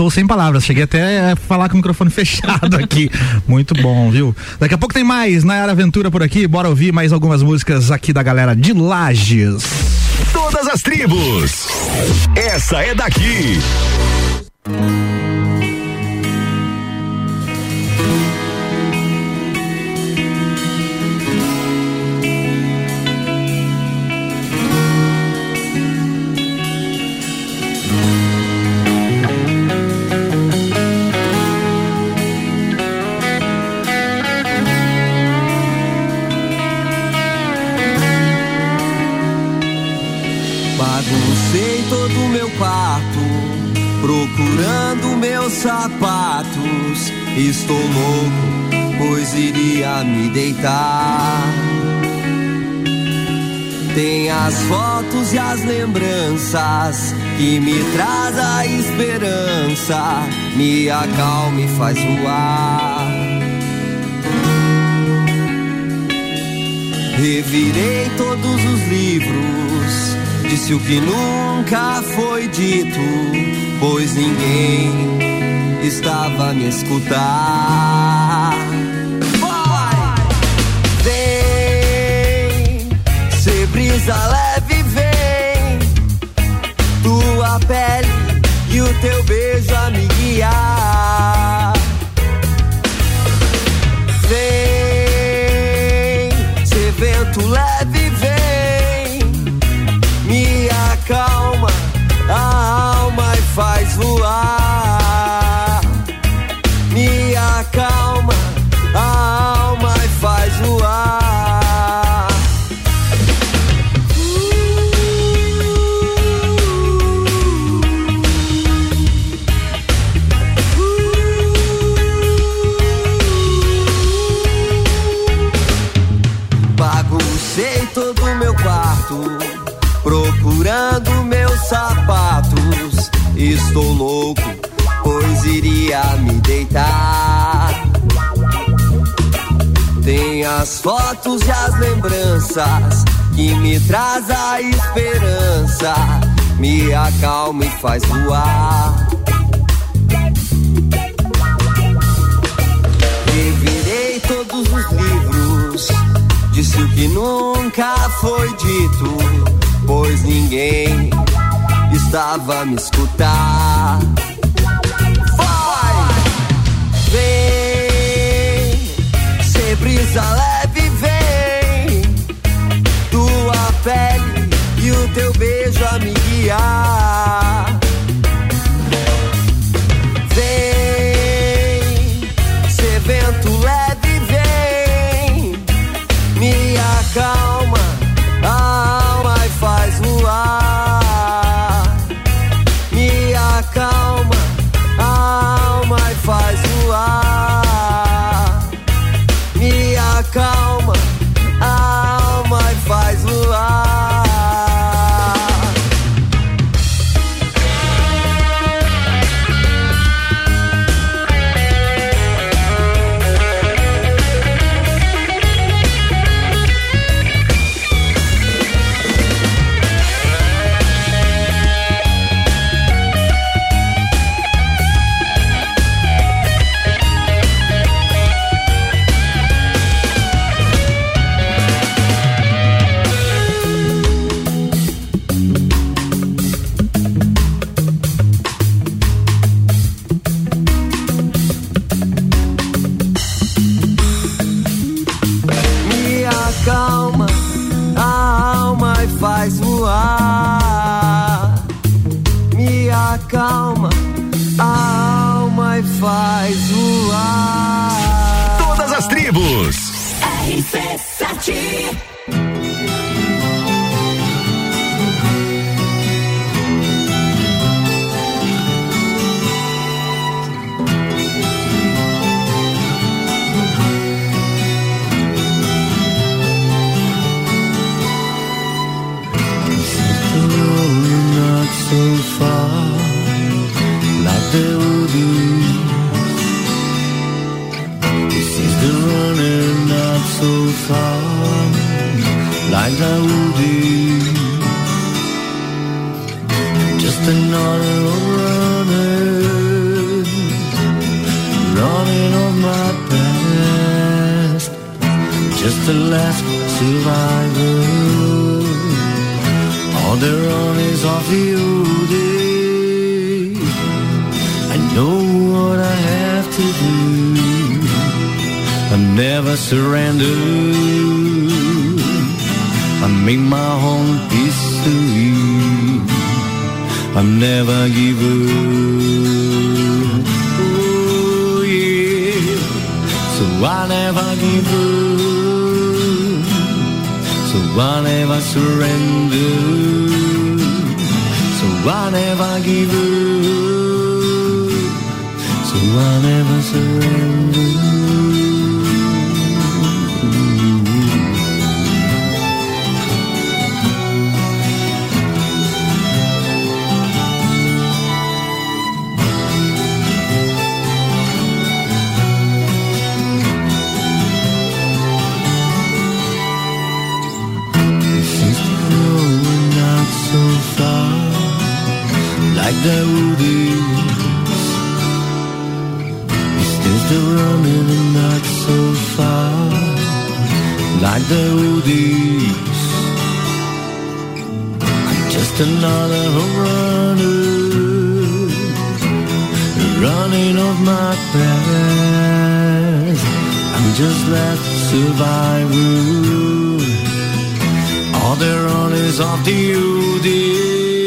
Estou sem palavras, cheguei até a falar com o microfone fechado aqui. Muito bom, viu? Daqui a pouco tem mais Nayara Aventura por aqui, bora ouvir mais algumas músicas aqui da galera de Lages. Todas as tribos, essa é daqui. Baguncei todo o meu quarto, procurando meus sapatos. Estou louco, pois iria me deitar. Tem as fotos e as lembranças que me traz a esperança, me acalma e faz voar. Revirei todos os livros, disse o que nunca foi dito, pois ninguém estava a me escutar. Vai! Vem, ser brisa leve, vem, tua pele e o teu beijo a me guiar. Vem, ser vento leve, vem, me acalma a alma e faz voar. Me acalma a alma e faz voar. Baguncei todo o meu quarto, procurando meus sapatos. Estou louco, pois iria me deitar. Tem as fotos e as lembranças que me traz a esperança, me acalma e faz voar. Revirei todos os livros, disse o que nunca foi dito, pois ninguém estava a me escutar. Vai! Vem, ser brisa leve, vem, tua pele e o teu beijo a me guiar. Vem, ser vento leve, vem, me acalma a alma e faz voar. Me acalma a alma e faz voar. Me acalma a alma e faz voar. Acalma a alma e faz voar. Me acalma a alma e faz voar. Todas as tribos. RC7. So far, like there would be. This is the running not so far, like I would be. Just another runner just the last survivor. All they're on is off the old days. I know what I have to do. I never surrender. I make my own history. I never give up. Oh yeah. So I never give up. So I never surrender. So I never give up. So I never surrender. Like the woodies, is this the running and not so far? Like the woodies, I'm just another runner, running off my past. I'm just that survivor. All they're on is off the woodies.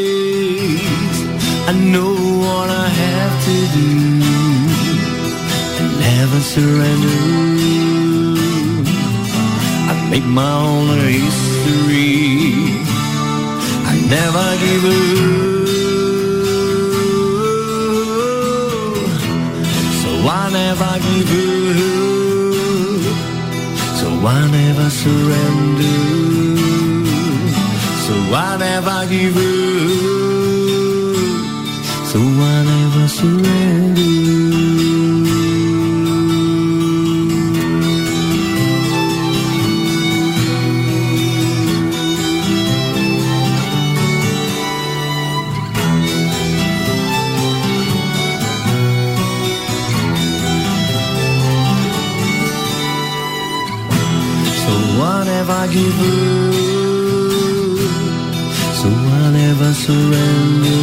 I know what I have to do and never surrender. I make my own history. I never give up. So I never give up. So I never surrender. So I never give up. So I never surrender. So I never give up. So I never surrender.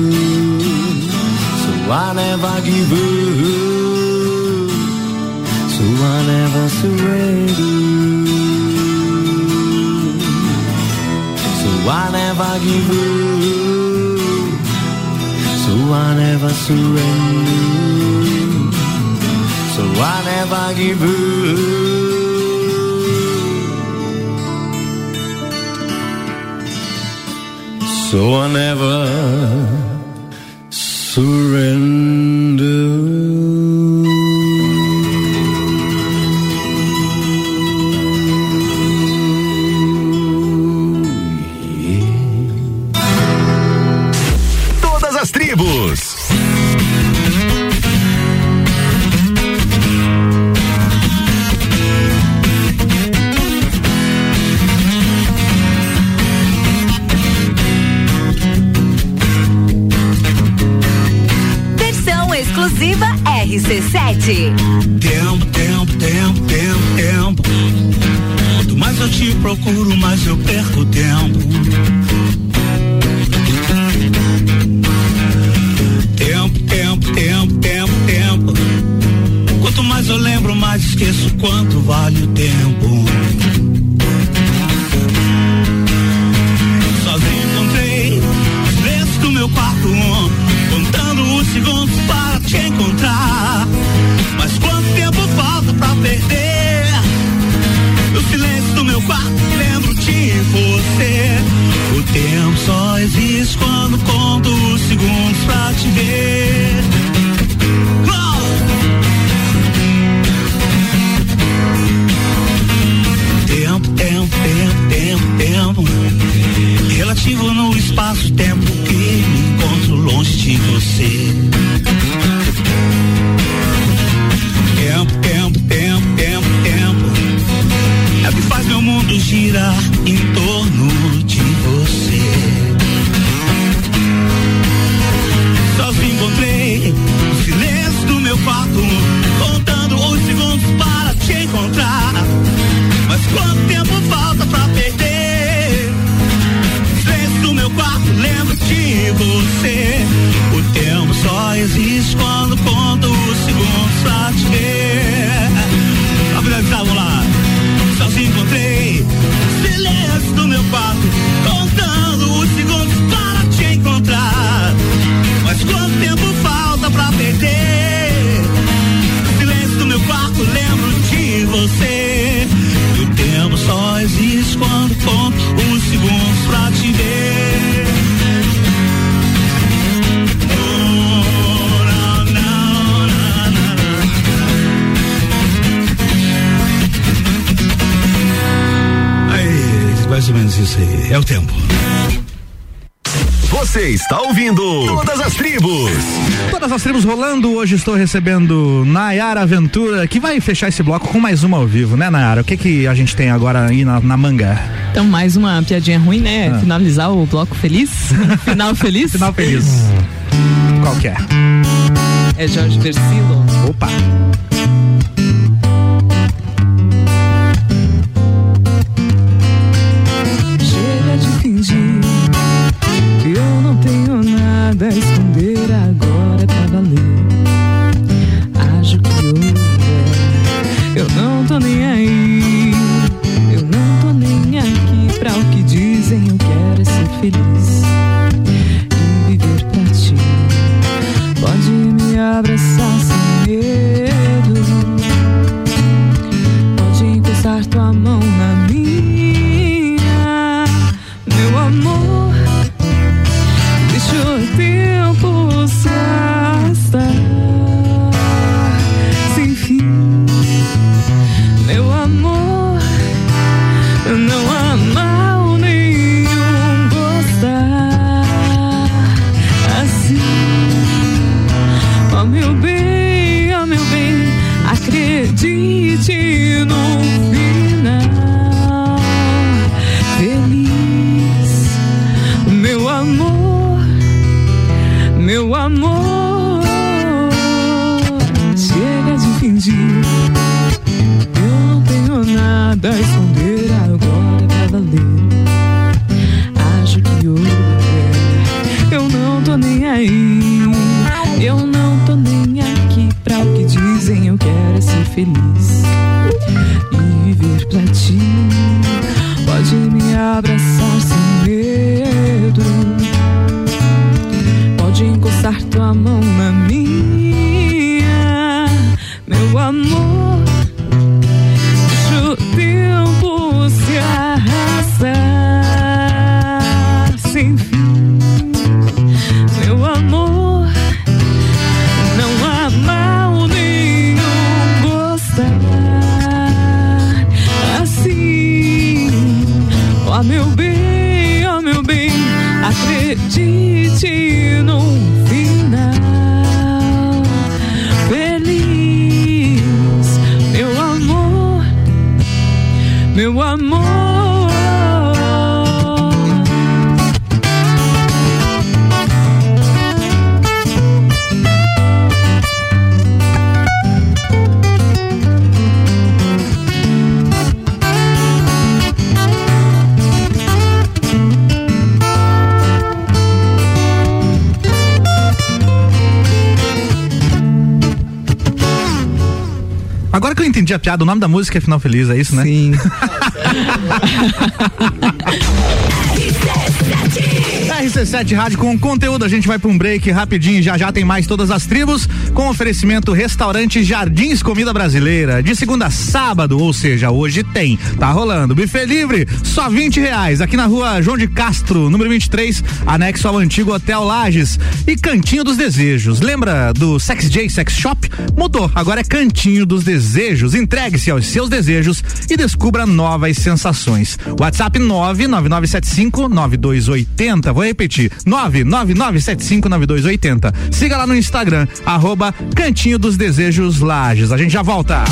I never give up, so I never surrender. So I never give up, so I never surrender. So I never give up, so I never surrender. Todas as tribos. Exclusiva RC7. Tempo, tempo, tempo, tempo, tempo. Quanto mais eu te procuro, mais eu perco tempo. Tempo, tempo, tempo, tempo, tempo. Quanto mais eu lembro, mais esqueço quanto vale o tempo. Sozinho encontrei os lenços do meu quarto, contando os segundos para te encontrar. Mas quanto tempo falta pra perder? O silêncio do meu quarto, lembro-te em você. O tempo só existe quando conto os segundos pra te ver. Tempo, tempo, tempo, tempo, tempo. Relativo no espaço-tempo que me encontro longe de você. Tempo, tempo, tempo, tempo, tempo. É o que faz meu mundo girar em torno de você. Sozinho encontrei o silêncio do meu quarto, contando os segundos para te encontrar. Mas quando existe quando conto os segundos pra te ver. Vamos lá. Sozinho encontrei silêncio do meu quarto, contando os segundos para te encontrar. Mas quanto tempo falta pra perder? Silêncio do meu quarto, lembro de você. E o tempo só existe quando conto os segundos pra te ver. Mais ou menos isso aí, é o tempo. Você está ouvindo Todas as Tribos. Todas as tribos rolando. Hoje estou recebendo Nayara Ventura, que vai fechar esse bloco com mais uma ao vivo, né, Nayara? O que a gente tem agora aí na manga? Então, mais uma piadinha ruim, né? Finalizar o bloco feliz. Final feliz. Final feliz. Qual que é? É Jorge Versilo. Opa. Eu não tenho nada a esconder agora pra valer. Acho que eu não tô nem aí. Eu não tô nem aqui pra o que dizem. Eu quero é ser feliz e viver pra ti. Pode me abraçar sem medo. Pode encostar tua mão na minha, meu amor. O tempo se arrastar sem fim, meu amor. Não há mal nenhum gostar assim. Oh meu bem, acredite no final feliz, meu amor. Meu amor, chega de fingir. Eu não tenho nada a esconder agora pra valer. Acho que eu não tô nem aí. Eu não tô nem aqui pra o que dizem. Eu quero é ser feliz e viver pra ti. Pode me abraçar sem medo. Pode encostar tua mão na minha, meu amor. Deixa o tempo se arrastar sem fim, meu amor. Não há mal nenhum gostar assim. Ó meu bem, acredite no final feliz, meu amor, meu amor. Agora que eu entendi a piada, o nome da música é Final Feliz, é isso, né? Sim. RC7 Rádio com conteúdo, a gente vai pra um break rapidinho, já tem mais Todas as Tribos, com oferecimento Restaurante Jardins Comida Brasileira, de segunda a sábado, ou seja, hoje tem, tá rolando, buffet livre, só R$20, aqui na rua João de Castro, número 23, anexo ao antigo Hotel Lages, e Cantinho dos Desejos, lembra do Sex J Sex Shop? Mudou, agora é Cantinho dos Desejos, entregue-se aos seus desejos e descubra novas sensações. WhatsApp 999759280, vou repetir, 999759280. Siga lá no Instagram, @Cantinho dos Desejos Lages. A gente já volta.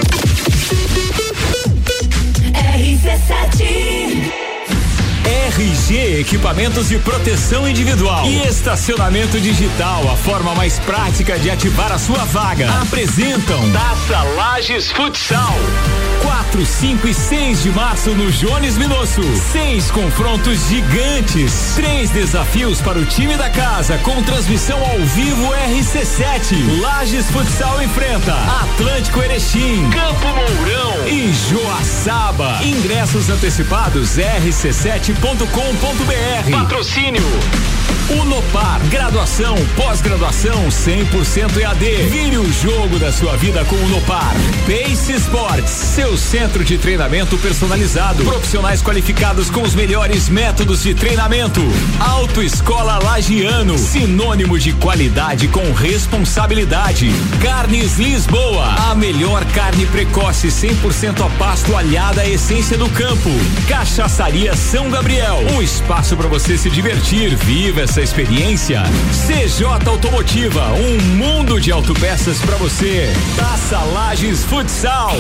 RG Equipamentos de Proteção Individual e Estacionamento Digital, a forma mais prática de ativar a sua vaga. Apresentam Taça Lages Futsal. 4, 5 e 6 de março no Jones Minosso. 6 confrontos gigantes. 3 desafios para o time da casa com transmissão ao vivo RC7. Lages Futsal enfrenta Atlântico Erechim, Campo Mourão e Joaçaba. Ingressos antecipados rc7.com.br. Patrocínio Unopar, graduação, pós-graduação 100% EAD. Vire o jogo da sua vida com o Unopar. Pace Sports, seu centro de treinamento personalizado. Profissionais qualificados com os melhores métodos de treinamento. Autoescola Lagiano, sinônimo de qualidade com responsabilidade. Carnes Lisboa, a melhor carne precoce 100% a pasto alhada à essência do campo. Cachaçaria São Gabriel, um espaço para você se divertir. Viva essa experiência. CJ Automotiva, um mundo de autopeças para você. Taça Lages Futsal.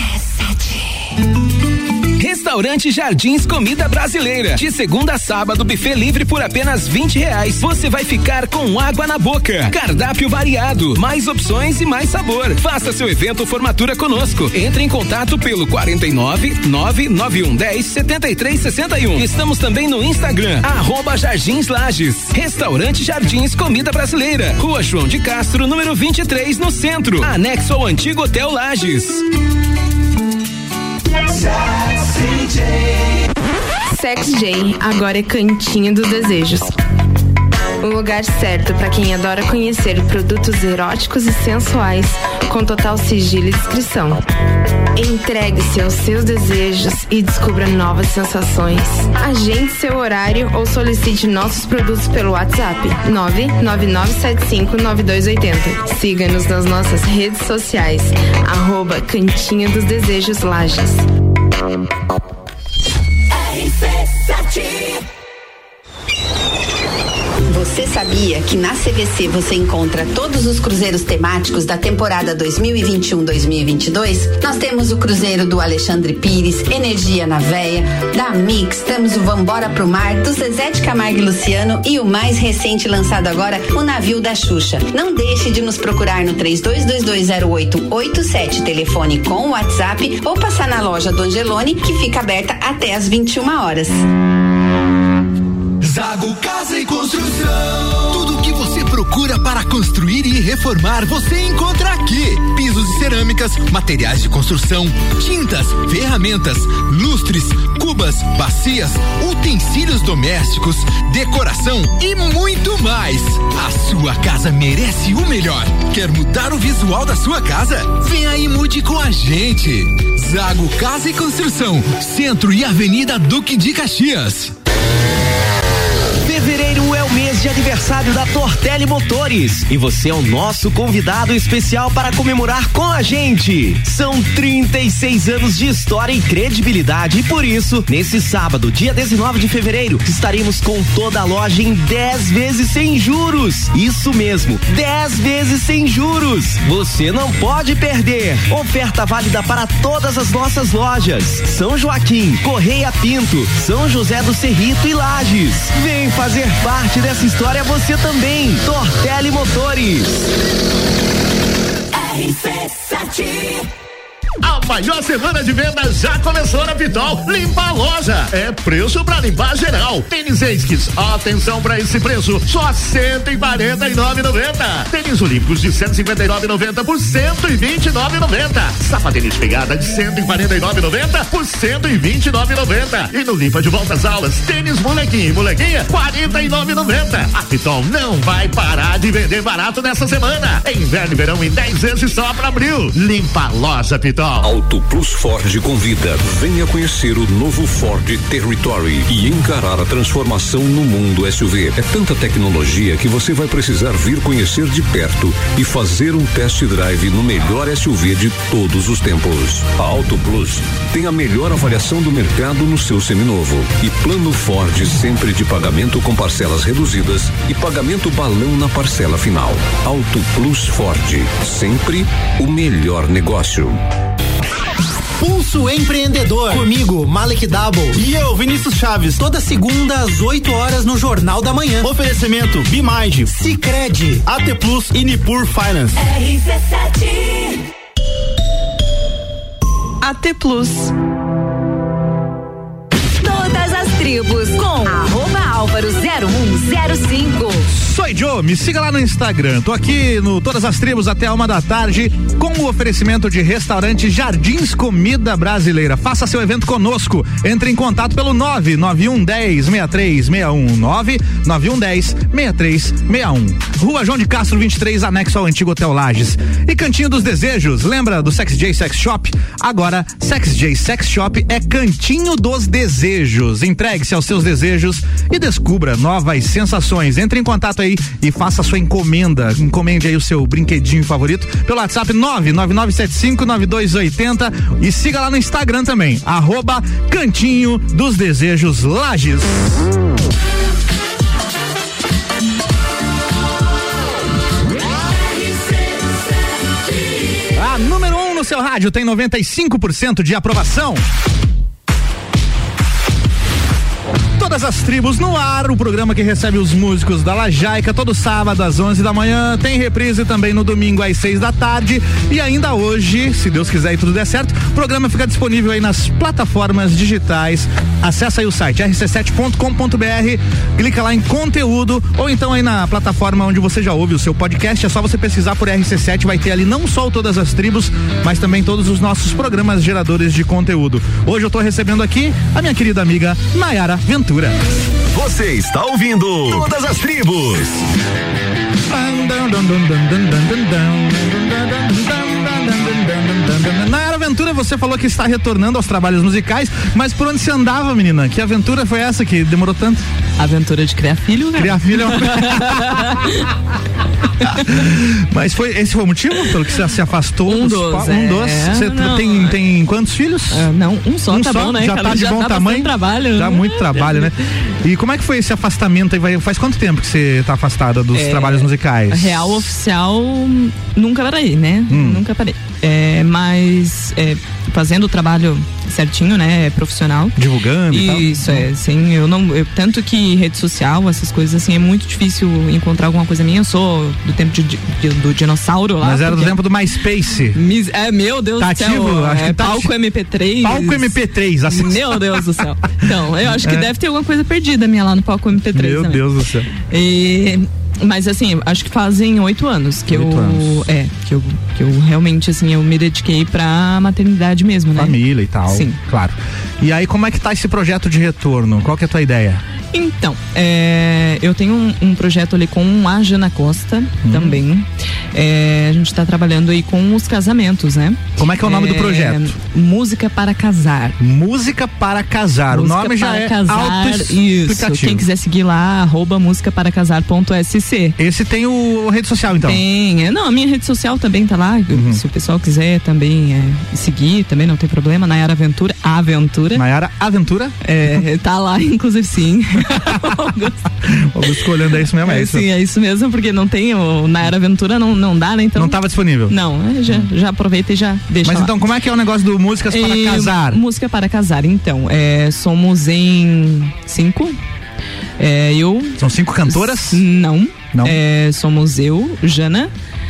Restaurante Jardins Comida Brasileira. De segunda a sábado, buffet livre por apenas R$20. Você vai ficar com água na boca. Cardápio variado, mais opções e mais sabor. Faça seu evento ou formatura conosco. Entre em contato pelo 49-99110-7361. Estamos também no Instagram, @Jardins Lages. Restaurante Jardins Comida Brasileira. Rua João de Castro, número 23, no centro. Anexo ao antigo Hotel Lages. Sex J, agora é Cantinho dos Desejos. O lugar certo para quem adora conhecer produtos eróticos e sensuais, com total sigilo e discrição. Entregue-se aos seus desejos e descubra novas sensações. Agende seu horário ou solicite nossos produtos pelo WhatsApp 999759280. Siga-nos nas nossas redes sociais, @Cantinho dos Desejos Lages. Você sabia que na CVC você encontra todos os cruzeiros temáticos da temporada 2021-2022? Nós temos o cruzeiro do Alexandre Pires, Energia na Véia, da Mix, temos o Vambora pro Mar, do Zezé de Camargo e Luciano e o mais recente lançado agora, o Navio da Xuxa. Não deixe de nos procurar no 32220887, telefone com WhatsApp, ou passar na loja do Angelone, que fica aberta até às 21 horas. Zago Casa e Construção. Tudo o que você procura para construir e reformar, você encontra aqui. Pisos e cerâmicas, materiais de construção, tintas, ferramentas, lustres, cubas, bacias, utensílios domésticos, decoração e muito mais. A sua casa merece o melhor. Quer mudar o visual da sua casa? Vem aí e mude com a gente. Zago Casa e Construção, Centro e Avenida Duque de Caxias. Fevereiro é o mês de aniversário da Tortelli Motores e você é o nosso convidado especial para comemorar com a gente. São 36 anos de história e credibilidade e por isso, nesse sábado, dia 19 de fevereiro, estaremos com toda a loja em 10 vezes sem juros. Isso mesmo, 10 vezes sem juros. Você não pode perder. Oferta válida para todas as nossas lojas: São Joaquim, Correia Pinto, São José do Cerrito e Lages. Vem fazer parte dessa história você também. Tortelli Motores. RC7. A maior semana de vendas já começou na Pitol. Limpa a loja. É preço pra limpar geral. Tênis Esquis, atenção pra esse preço, só R$149,90. Tênis Olímpicos de R$159,90 por R$129,90. Sapatênis Pegada de R$149,90 por R$129,90. E no Limpa de Volta às Aulas, tênis molequinho e molequinha, R$49,90. A Pitol não vai parar de vender barato nessa semana. É inverno e verão em 10 vezes só pra abril. Limpa a loja, Pitol. Auto Plus Ford convida. Venha conhecer o novo Ford Territory e encarar a transformação no mundo SUV. É tanta tecnologia que você vai precisar vir conhecer de perto e fazer um test drive no melhor SUV de todos os tempos. A Auto Plus tem a melhor avaliação do mercado no seu seminovo e plano Ford sempre de pagamento com parcelas reduzidas e pagamento balão na parcela final. Auto Plus Ford, sempre o melhor negócio. Pulso Empreendedor. Comigo, Malek Double. E eu, Vinícius Chaves. Toda segunda às 8 horas no Jornal da Manhã. Oferecimento Bimind, Sicredi, AT Plus e Nipur Finance. RC7. AT Plus. Todas as tribos com @Álvaro0105. Sou Joe, me siga lá no Instagram. Tô aqui no Todas as Tribos até 1h com o oferecimento de restaurante Jardins Comida Brasileira. Faça seu evento conosco. Entre em contato pelo 99110-6361. 99110-6361. Rua João de Castro 23, anexo ao antigo Hotel Lages. E Cantinho dos Desejos. Lembra do Sex J Sex Shop? Agora, Sex J Sex Shop é Cantinho dos Desejos. Entregue-se aos seus desejos e descubra novas sensações. Entre em contato aí e faça a sua encomenda. Encomende aí o seu brinquedinho favorito pelo WhatsApp 999759280 e siga lá no Instagram também, @Cantinho dos Desejos Lages. A número 1 no seu rádio tem 95% de aprovação. Todas as Tribos no ar, o programa que recebe os músicos da Lajaica todo sábado às 11 da manhã, tem reprise também no domingo às 6 da tarde e ainda hoje, se Deus quiser e tudo der certo, o programa fica disponível aí nas plataformas digitais. Acessa aí o site rc7.com.br, clica lá em conteúdo ou então aí na plataforma onde você já ouve o seu podcast, é só você pesquisar por RC7, vai ter ali não só Todas as Tribos, mas também todos os nossos programas geradores de conteúdo. Hoje eu tô recebendo aqui a minha querida amiga Nayara Ventura. Você está ouvindo Todas as Tribos. Nayara Ventura, você falou que está retornando aos trabalhos musicais, mas por onde você andava, menina? Que aventura foi essa que demorou tanto? Aventura de criar filho, né? Criar filho é uma... Mas esse foi o motivo pelo que você se afastou? Um dos. Você tem quantos filhos? Não, um só, tá bom, né? Já tá de bom tamanho? Trabalho. Já muito trabalho, né? E como é que foi esse afastamento aí? Faz quanto tempo que você tá afastada dos trabalhos musicais? Real oficial, nunca parei, né? Nunca parei. Mas fazendo o trabalho certinho, né? Profissional. Divulgando e tal? Isso, sim. Tanto que rede social, essas coisas assim, é muito difícil encontrar alguma coisa minha. Eu sou do tempo do dinossauro lá. Mas era do tempo do MySpace. Meu Deus do céu. Ativo? Acho que tá palco MP3. Palco MP3. Assim. Meu Deus do céu. Então, eu acho que deve ter alguma coisa perdida minha lá no palco MP3. Meu também. Deus do céu. Mas assim, acho que fazem 8 anos que que eu realmente assim, eu me dediquei pra maternidade mesmo, né? Família e tal. Sim. Claro. E aí, como é que tá esse projeto de retorno? Qual que é a tua ideia? Então, eu tenho um projeto ali com a Jana Costa também. A gente tá trabalhando aí com os casamentos, né? Como é que é o nome do projeto? Música para Casar. Música para Casar. Música o nome já é autoexplicativo. Isso. Quem quiser seguir lá, @musicaparacasar.sc. Esse tem o rede social, então? Tem. Não, a minha rede social também tá lá. Se o pessoal quiser também seguir, também não tem problema. Nayara Aventura. Nayara Aventura? Tá lá, inclusive, sim. Augusto olhando, é isso mesmo? Sim, é isso mesmo, porque não tem o Nayara Aventura, não dá, né? Então, não estava disponível? Não, já aproveita e já deixa. Mas lá. Então, como é que é o negócio do Músicas para Casar? Música para Casar, então, somos em 5. São 5 cantoras? Não. Somos eu, Jana.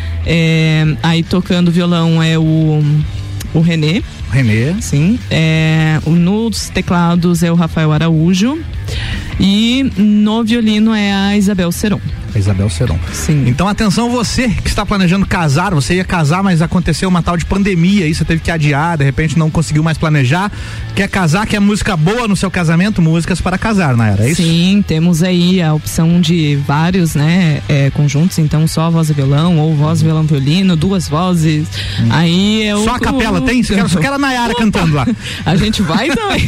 Aí tocando violão é o Renê. Sim. Nos teclados é o Rafael Araújo. E no violino é a Isabel Seron. Sim. Então, atenção, você que está planejando casar, você ia casar, mas aconteceu uma tal de pandemia, aí você teve que adiar, de repente não conseguiu mais planejar. Quer casar, quer música boa no seu casamento? Músicas para Casar, Nayara, é isso? Sim, temos aí a opção de vários, né, conjuntos, então só voz e violão, ou voz, violão, violino, 2 vozes. Aí é só a capela tem? Só quero a Nayara cantando lá. A gente vai também.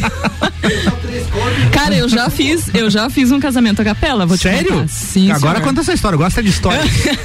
Cara, eu já fiz um casamento a capela, vou te contar. Sério? Sim, agora senhor. Conta essa história, eu gosto de história.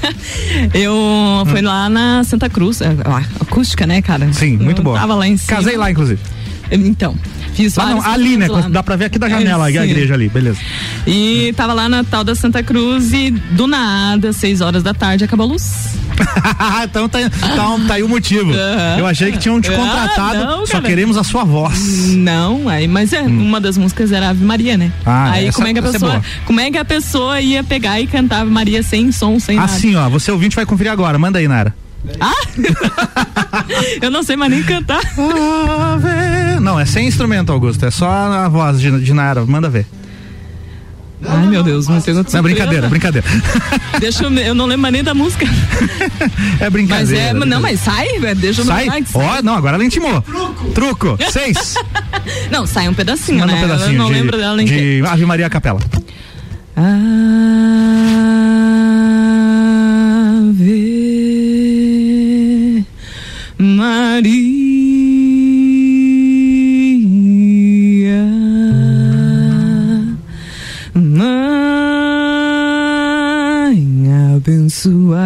Eu fui lá na Santa Cruz, acústica, né, cara? Sim, muito boa. Tava lá em cima. Casei lá, inclusive. Então, fiz vários. Ali, né? Lá. Dá pra ver aqui da janela, a igreja ali, beleza. E tava lá na tal da Santa Cruz e do nada, 6 horas da tarde, acabou a luz. Então tá aí o motivo. Eu achei que tinham te contratado, não, só queremos a sua voz. Não, mas uma das músicas era Ave Maria, né? Aí como é que a pessoa ia pegar e cantar Ave Maria sem som, sem nada? Assim, ó, você ouvinte vai conferir agora, manda aí, Nara. Eu não sei mais nem cantar. Não, é sem instrumento, Augusto. É só a voz de Nayara. Manda ver. Ai, meu Deus, não tem outra. Não, brincadeira. Eu não lembro mais nem da música. É brincadeira. Mas sai, deixa eu sai. Não, agora ela intimou. Truco. 6. Não, sai um pedacinho, Manda né? um pedacinho eu não lembro dela nem de Ave Maria a capela. Ave Maria, Mãe abençoada,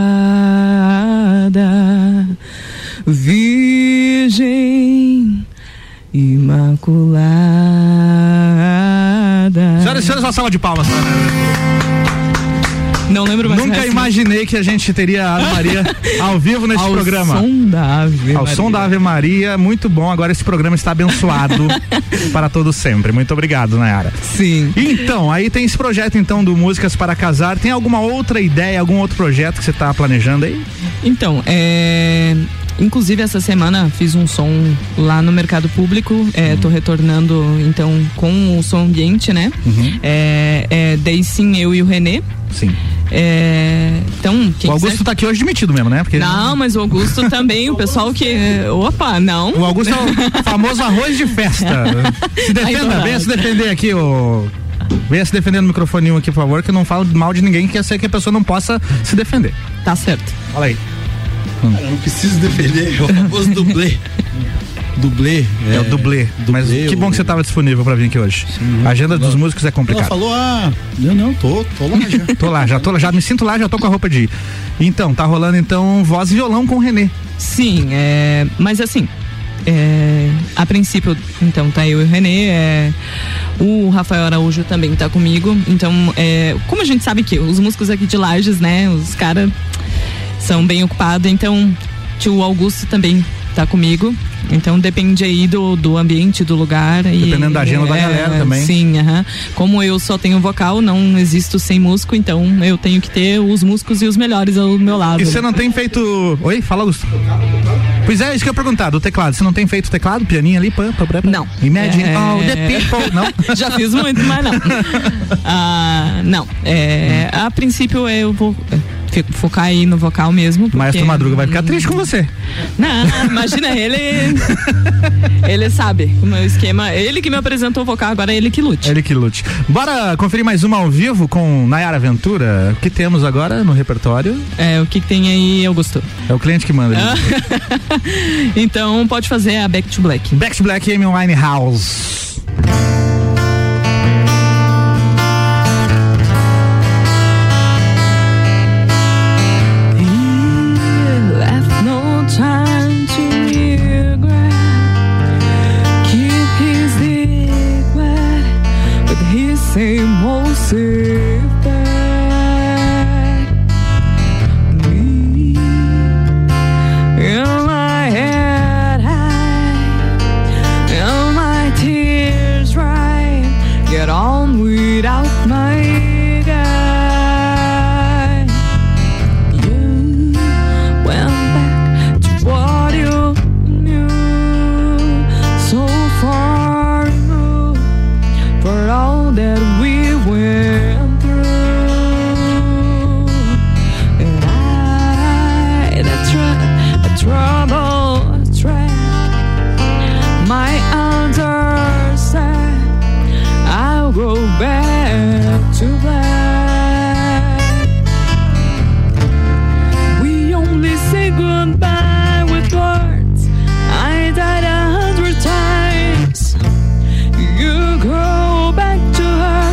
Virgem Imaculada. Senhoras e senhores, uma salva de palmas. Não lembro mais. Nunca imaginei que a gente teria a Ave Maria ao vivo nesse programa. Ao som da Ave Maria, muito bom. Agora esse programa está abençoado para todos sempre. Muito obrigado, Nayara. Sim. Então, aí tem esse projeto então do Músicas para Casar. Tem alguma outra ideia, algum outro projeto que você está planejando aí? Então, inclusive essa semana fiz um som lá no Mercado Público, tô retornando então com o som ambiente, né? Daí sim, eu e o Renê. Sim. Então, o Augusto tá aqui hoje demitido mesmo, né? Porque... Não, mas o Augusto também, o pessoal que... Opa, não. O Augusto é o famoso arroz de festa. Se defenda, venha se defender aqui, venha se defender no microfone aqui, por favor, que eu não falo mal de ninguém, que eu sei que a pessoa não possa se defender. Tá certo. Fala aí. Cara, eu não preciso defender, é o famoso dublê. Dublê. É o dublê. Mas que bom que você estava disponível para vir aqui hoje. Sim, a agenda dos músicos é complicada. Ela falou, tô lá já. já me sinto lá, já tô com a roupa de ir. Então, tá rolando então voz e violão com o Renê. Sim, mas assim, a princípio, então, tá eu e o Renê, o Rafael Araújo também tá comigo, então, como a gente sabe que os músicos aqui de Lages, né, os caras são bem ocupados, então, tio Augusto também tá comigo, então depende aí do ambiente, do lugar. Dependendo da agenda da galera também. Sim, como eu só tenho vocal, não existo sem músico, então eu tenho que ter os músicos e os melhores ao meu lado. E você não tem feito... Oi? Fala, Augusto. Pois é, isso que eu ia perguntar, do teclado. Você não tem feito teclado, pianinho ali? Não. Imagine all the people. Não? Já fiz muito, mas não. Não. A princípio eu vou focar aí no vocal mesmo. Porque... Maestro Madruga vai ficar triste com você. Não, imagina, ele sabe o meu esquema, ele que me apresentou o vocal, agora é ele que lute. Bora conferir mais uma ao vivo com Nayara Ventura. O que temos agora no repertório? O que tem aí, Augusto? É o cliente que manda. Então pode fazer a Back to Black. Back to Black, Amy Winehouse. Same old safe bet. Me in my head high, and my tears dry. Get on without my guy. You went back to what you knew so far removed for all that we went through, and I, the trouble track, my answer said, I'll go back to black. We only say goodbye with words. I died 100 times. You go back to her.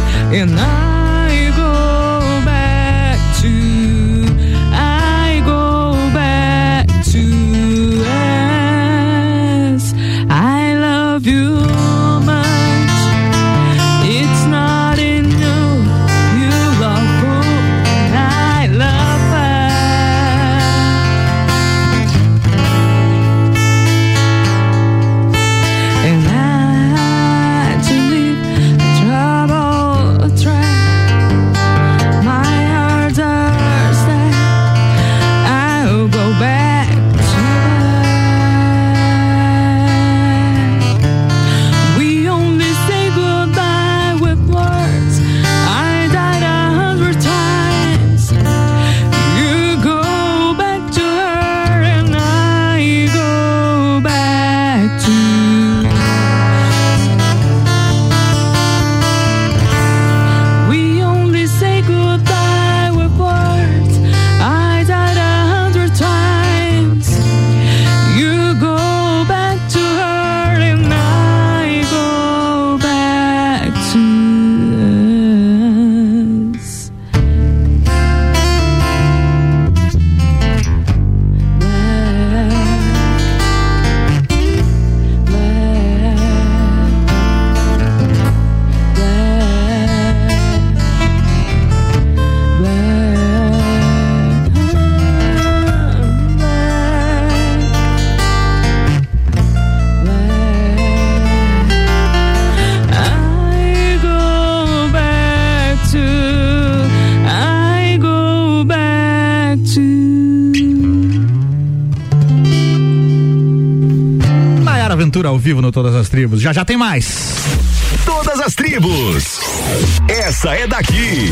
Abertura ao vivo no Todas as Tribos. Já tem mais. Todas as Tribos. Essa é daqui.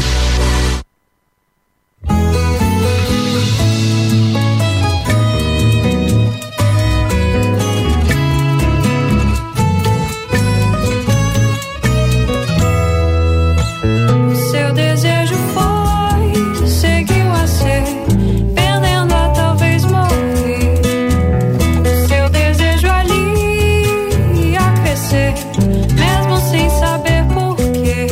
Mesmo sem saber por quê.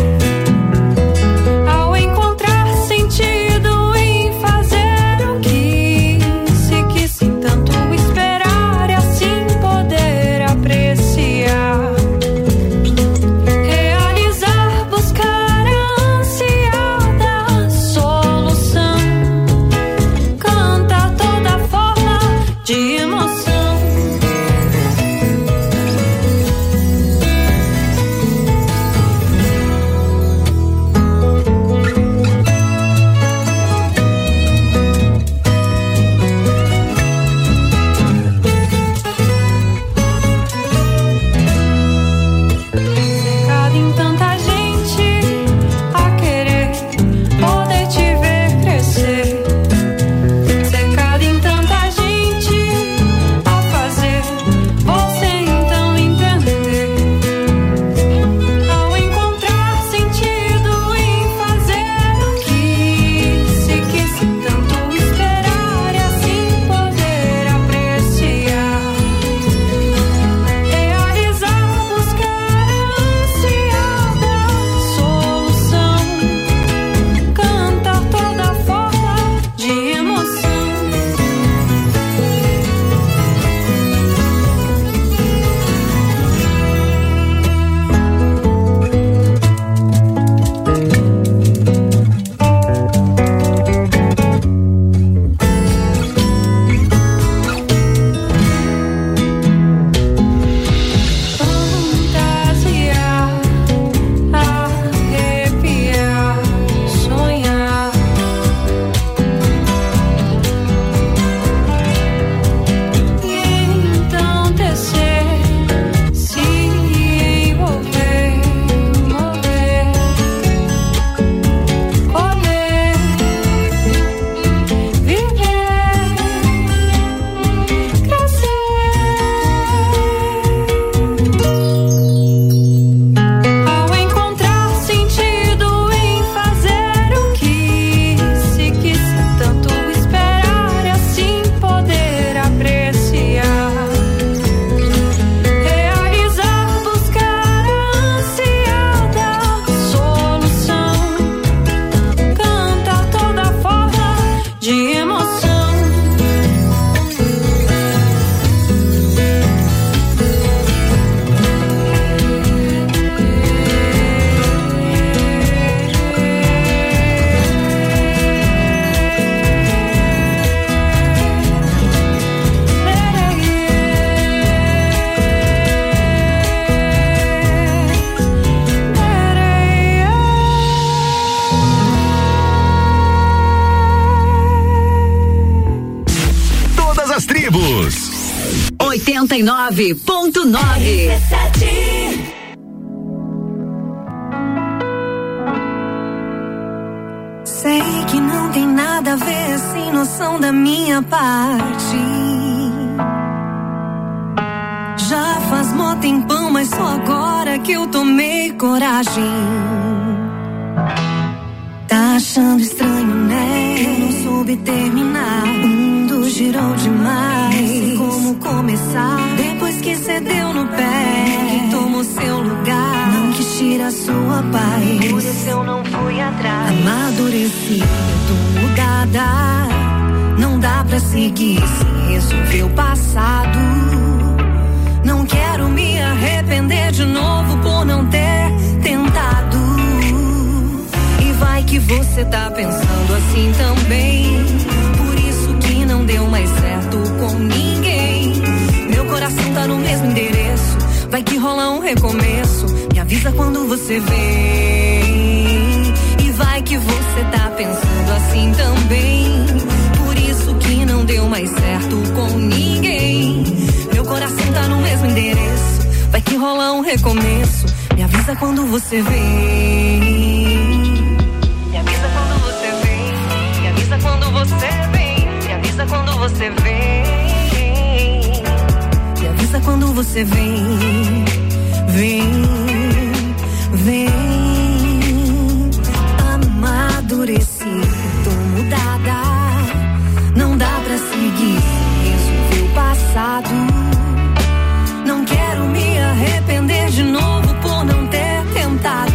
das tribos. 89.9. Sei que não tem nada a ver, sem noção da minha parte. Já faz mó tempão, mas só agora que eu tomei coragem. Tá achando estranho, né? Eu não soube terminar. O mundo girou demais. Não sei como começar. Depois que cedeu no pé, quem tomou seu lugar não quis tirar sua paz. Por isso eu não fui atrás. Amadureci, tô mudada. Não dá pra seguir sem resolver o passado. Não quero me arrepender de novo por não ter tentado. E vai que você tá pensando assim também. Por isso que não deu mais certo com ninguém. Meu coração tá no mesmo endereço. Vai que rola um recomeço. Me avisa quando você vem. E vai que você tá pensando assim também. Por isso que não deu mais certo com ninguém. Meu coração tá no mesmo endereço. avisa quando você vem. Me avisa quando você vem. Me avisa quando você vem. Me avisa quando você vem. Me avisa quando você vem. Vem, vem. Amadureci, tô mudada. Não dá pra seguir, resolver o passado. Não quero me arrepender de novo por não ter tentado.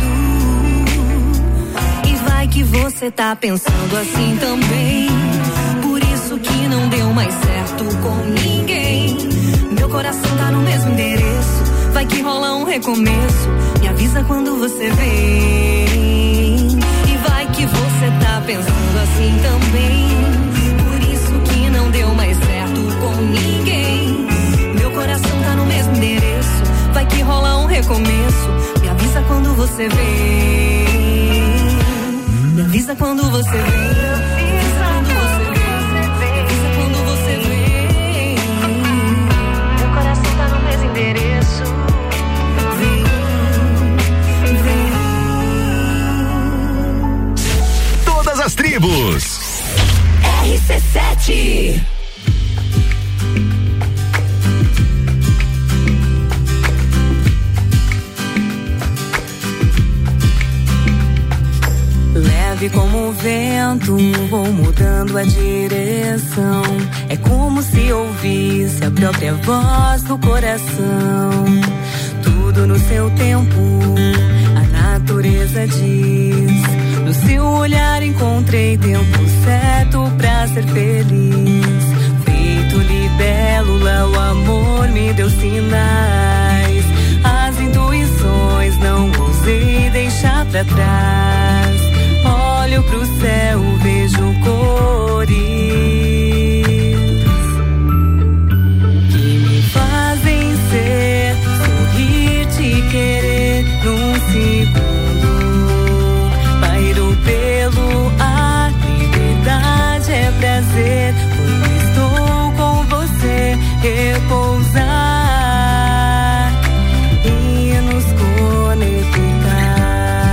E vai que você tá pensando assim também. Por isso que não deu mais certo com ninguém. Meu coração tá no mesmo endereço. Vai que rola um recomeço. Me avisa quando você vem. E vai que você tá pensando assim também. Por isso que não deu mais certo com ninguém. Meu coração tá no mesmo endereço. Vai que rola um recomeço. Me avisa quando você vem. Me avisa quando você vem. Me avisa quando você vem. Me avisa quando você vem. Meu coração tá no mesmo endereço. Vem, vem. Todas as tribos. RC7. Leve como o vento, vou mudando a direção. É como se ouvisse a própria voz do coração. Tudo no seu tempo, a natureza diz. No seu olhar encontrei tempo certo pra ser feliz. Feito libélula, o amor me deu sinais. As intuições não ousei deixar pra trás. Olho pro céu, vejo cores que me fazem ser, sorrir, te querer num segundo. Pairo pelo ar, liberdade é prazer. Quando estou com você, repousar e nos conectar.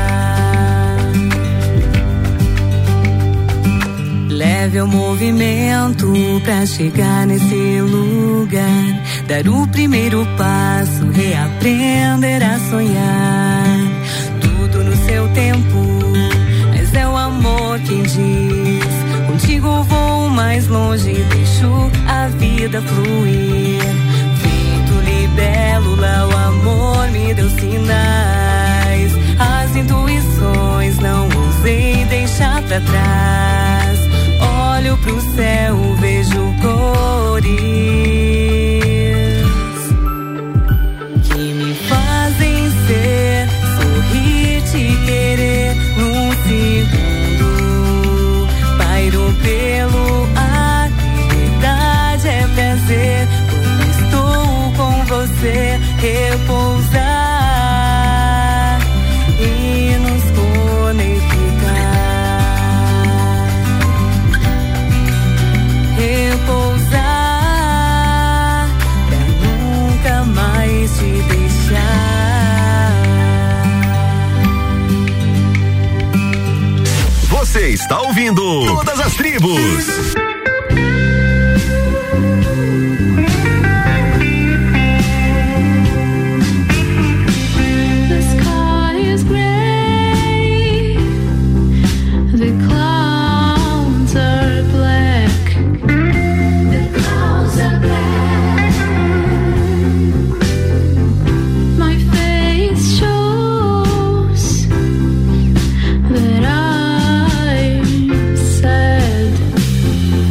Leve o movimento pra chegar nesse lugar. Dar o primeiro passo, reaprender a sonhar. Tudo no seu tempo, mas é o amor quem diz. Contigo vou mais longe, deixo a vida fluir. Feito libélula, o amor me deu sinais. As intuições não ousei deixar pra trás. Olho pro céu, vejo cores que me fazem ser, sorrir, te querer num segundo. Pairo pelo ar, liberdade é prazer. Quando estou com você, repousar e nos conectar. Repousar pra nunca mais te deixar. Você está ouvindo Todas as Tribos. That I said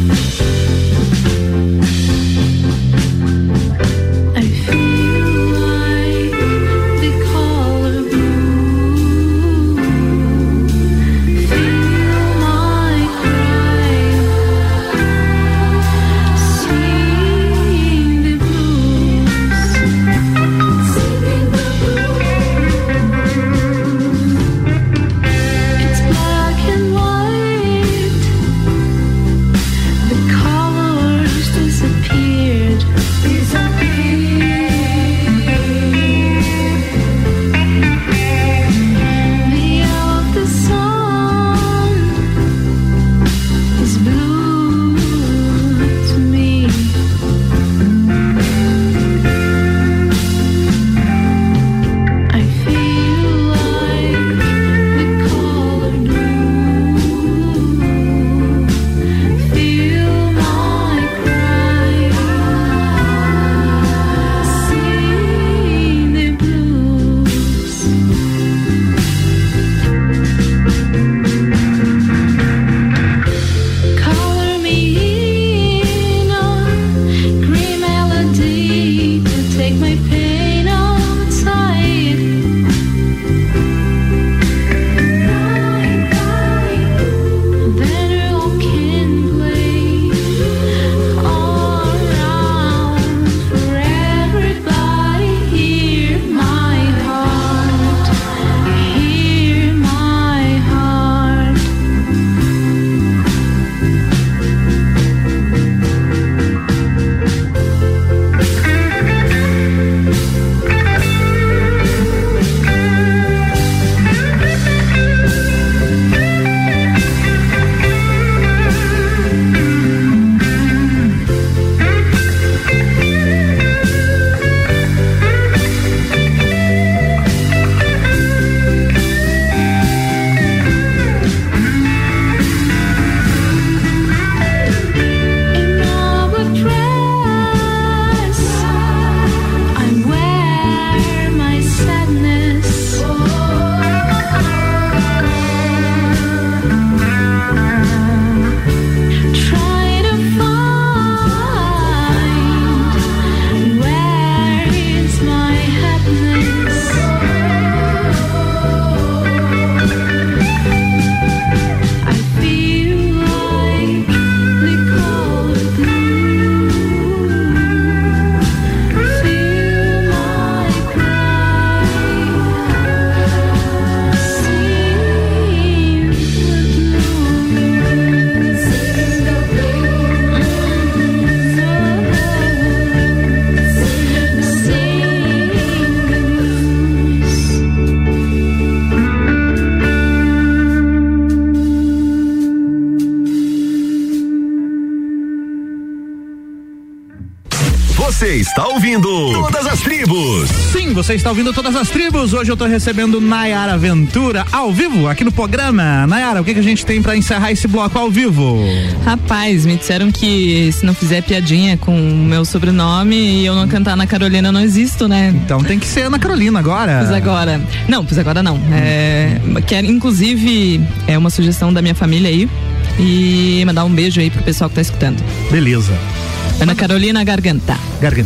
Você está ouvindo Todas as Tribos. Sim, você está ouvindo Todas as Tribos. Hoje eu tô recebendo Nayara Ventura ao vivo aqui no programa. Nayara, o que a gente tem pra encerrar esse bloco ao vivo? Rapaz, me disseram que se não fizer piadinha com o meu sobrenome e eu não cantar Ana Carolina, eu não existo, né? Então tem que ser Ana Carolina agora. Pois agora. Não. Quero, inclusive, é uma sugestão da minha família aí. E mandar um beijo aí pro pessoal que tá escutando. Beleza. Ana Carolina Garganta.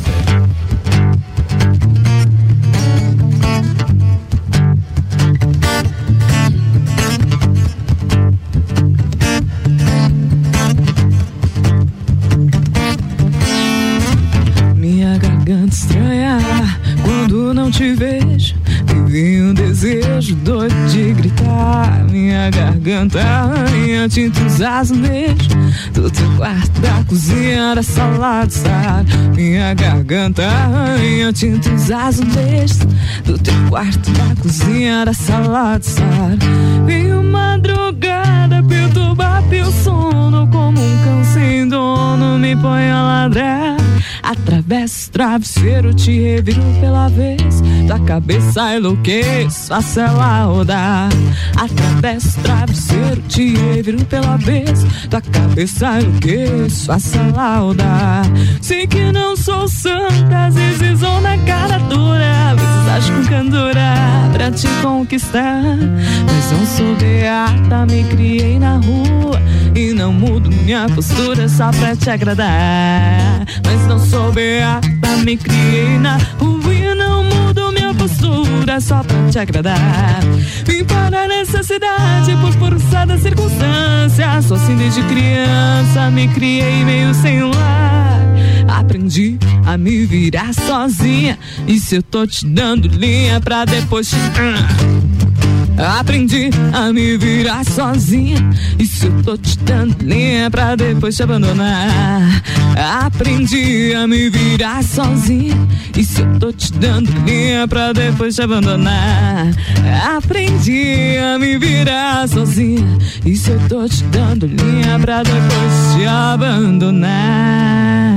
Minha garganta estranha quando não te vejo. Me vem um desejo doido de gritar. Minha garganta arranha, tinta os azulejos do teu quarto, da cozinha, da sala de estar. Minha garganta arranha, tinta os azulejos do teu quarto, da cozinha, da sala de estar. Veio madrugada perturbar teu sono, como um cão sem dono me põe a ladrar. Atravesso o travesseiro, te reviro pela vez, da cabeça enlouqueço, faço ela rodar. Atravesso o travesseiro, te reviro pela vez, da cabeça enlouqueço, faço ela rodar. Sei que não sou santa, às vezes vou na cara dura, às vezes acho com candura pra te conquistar. Mas não sou beata, me criei na rua e não mudo minha postura só pra te agradar. Mas não sou beata, me criei na rua e não mudo minha postura só pra te agradar. Vim parar nessa cidade por força da circunstância. Sou assim desde criança, me criei meio sem lar. Aprendi a me virar sozinha, e se eu tô te dando linha pra depois te... Aprendi a me virar sozinha, e se eu tô te dando linha pra depois te abandonar. Aprendi a me virar sozinha, e se eu tô te dando linha pra depois te abandonar. Aprendi a me virar sozinha, e se eu tô te dando linha pra depois te abandonar.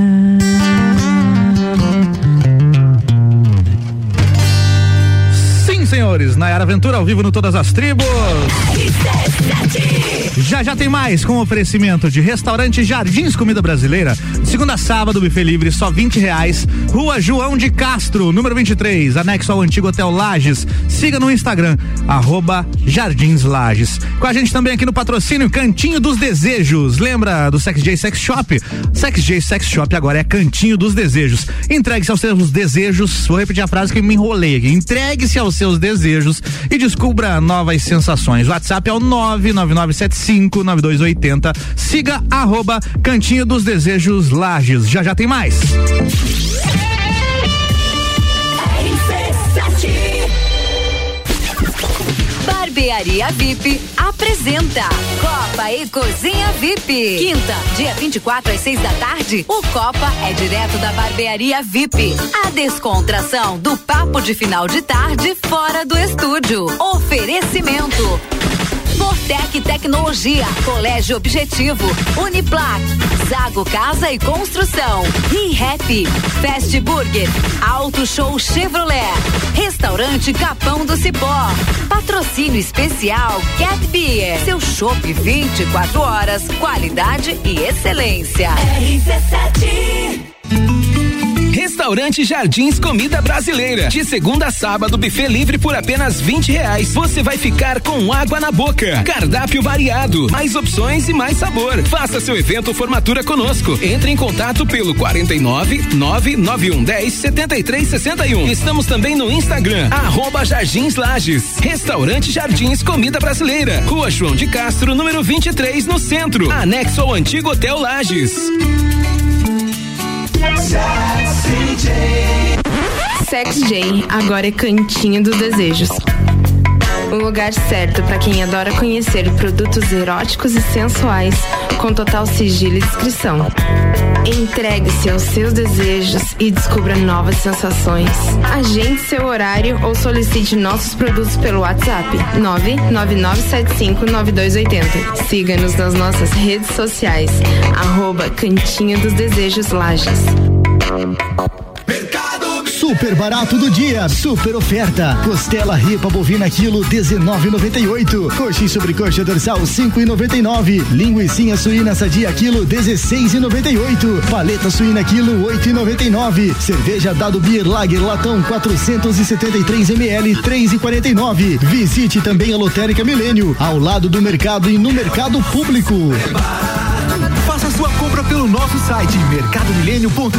Senhores, Nayara Ventura ao vivo no Todas as Tribos. Já tem mais, com oferecimento de Restaurante Jardins Comida Brasileira, de segunda a sábado, buffet livre, só R$20. Rua João de Castro, número 23, anexo ao antigo Hotel Lages. Siga no Instagram, @Jardins Lages. Com a gente também aqui no patrocínio, Cantinho dos Desejos. Lembra do Sex J Sex Shop? Sex J Sex Shop agora é Cantinho dos Desejos. Entregue-se aos seus desejos. Vou repetir a frase que me enrolei aqui. Entregue-se aos seus desejos e descubra novas sensações. O WhatsApp é o 999759280. Siga @Cantinho dos Desejos Lages. Já tem mais. Barbearia VIP apresenta Copa e Cozinha VIP. Quinta, dia 24 às 6 da tarde, o Copa é direto da Barbearia VIP. A descontração do papo de final de tarde fora do estúdio. Oferecimento Fortec Tecnologia, Colégio Objetivo, Uniplac, Zago Casa e Construção, ReHap, Fast Burger, Auto Show Chevrolet, Restaurante Capão do Cipó, patrocínio especial Cat Beer, seu chopp 24 horas, qualidade e excelência. RC7 Restaurante Jardins Comida Brasileira. De segunda a sábado, buffet livre por apenas R$20. Você vai ficar com água na boca. Cardápio variado, mais opções e mais sabor. Faça seu evento ou formatura conosco. Entre em contato pelo 49991107361. Estamos também no Instagram, @Jardins Lages. Restaurante Jardins Comida Brasileira. Rua João de Castro, número 23, no centro. Anexo ao antigo Hotel Lages. Sex J, agora é Cantinho dos Desejos. O lugar certo para quem adora conhecer produtos eróticos e sensuais, com total sigilo e discrição. Entregue-se aos seus desejos e descubra novas sensações. Agende seu horário ou solicite nossos produtos pelo WhatsApp 999759280. Siga-nos nas nossas redes sociais, @Cantinho dos Desejos Lages. Super barato do dia, super oferta. Costela ripa bovina quilo 19,98. Coxa e sobrecoxa dorsal 5,99. Linguicinha suína sadia quilo 16,98. Paleta suína quilo 8,99. Cerveja Dado Beer Lager latão 473 ml 3,49. Visite também a Lotérica Milênio, ao lado do mercado e no mercado público. Faça sua compra pelo nosso site mercadomilênio.com.br.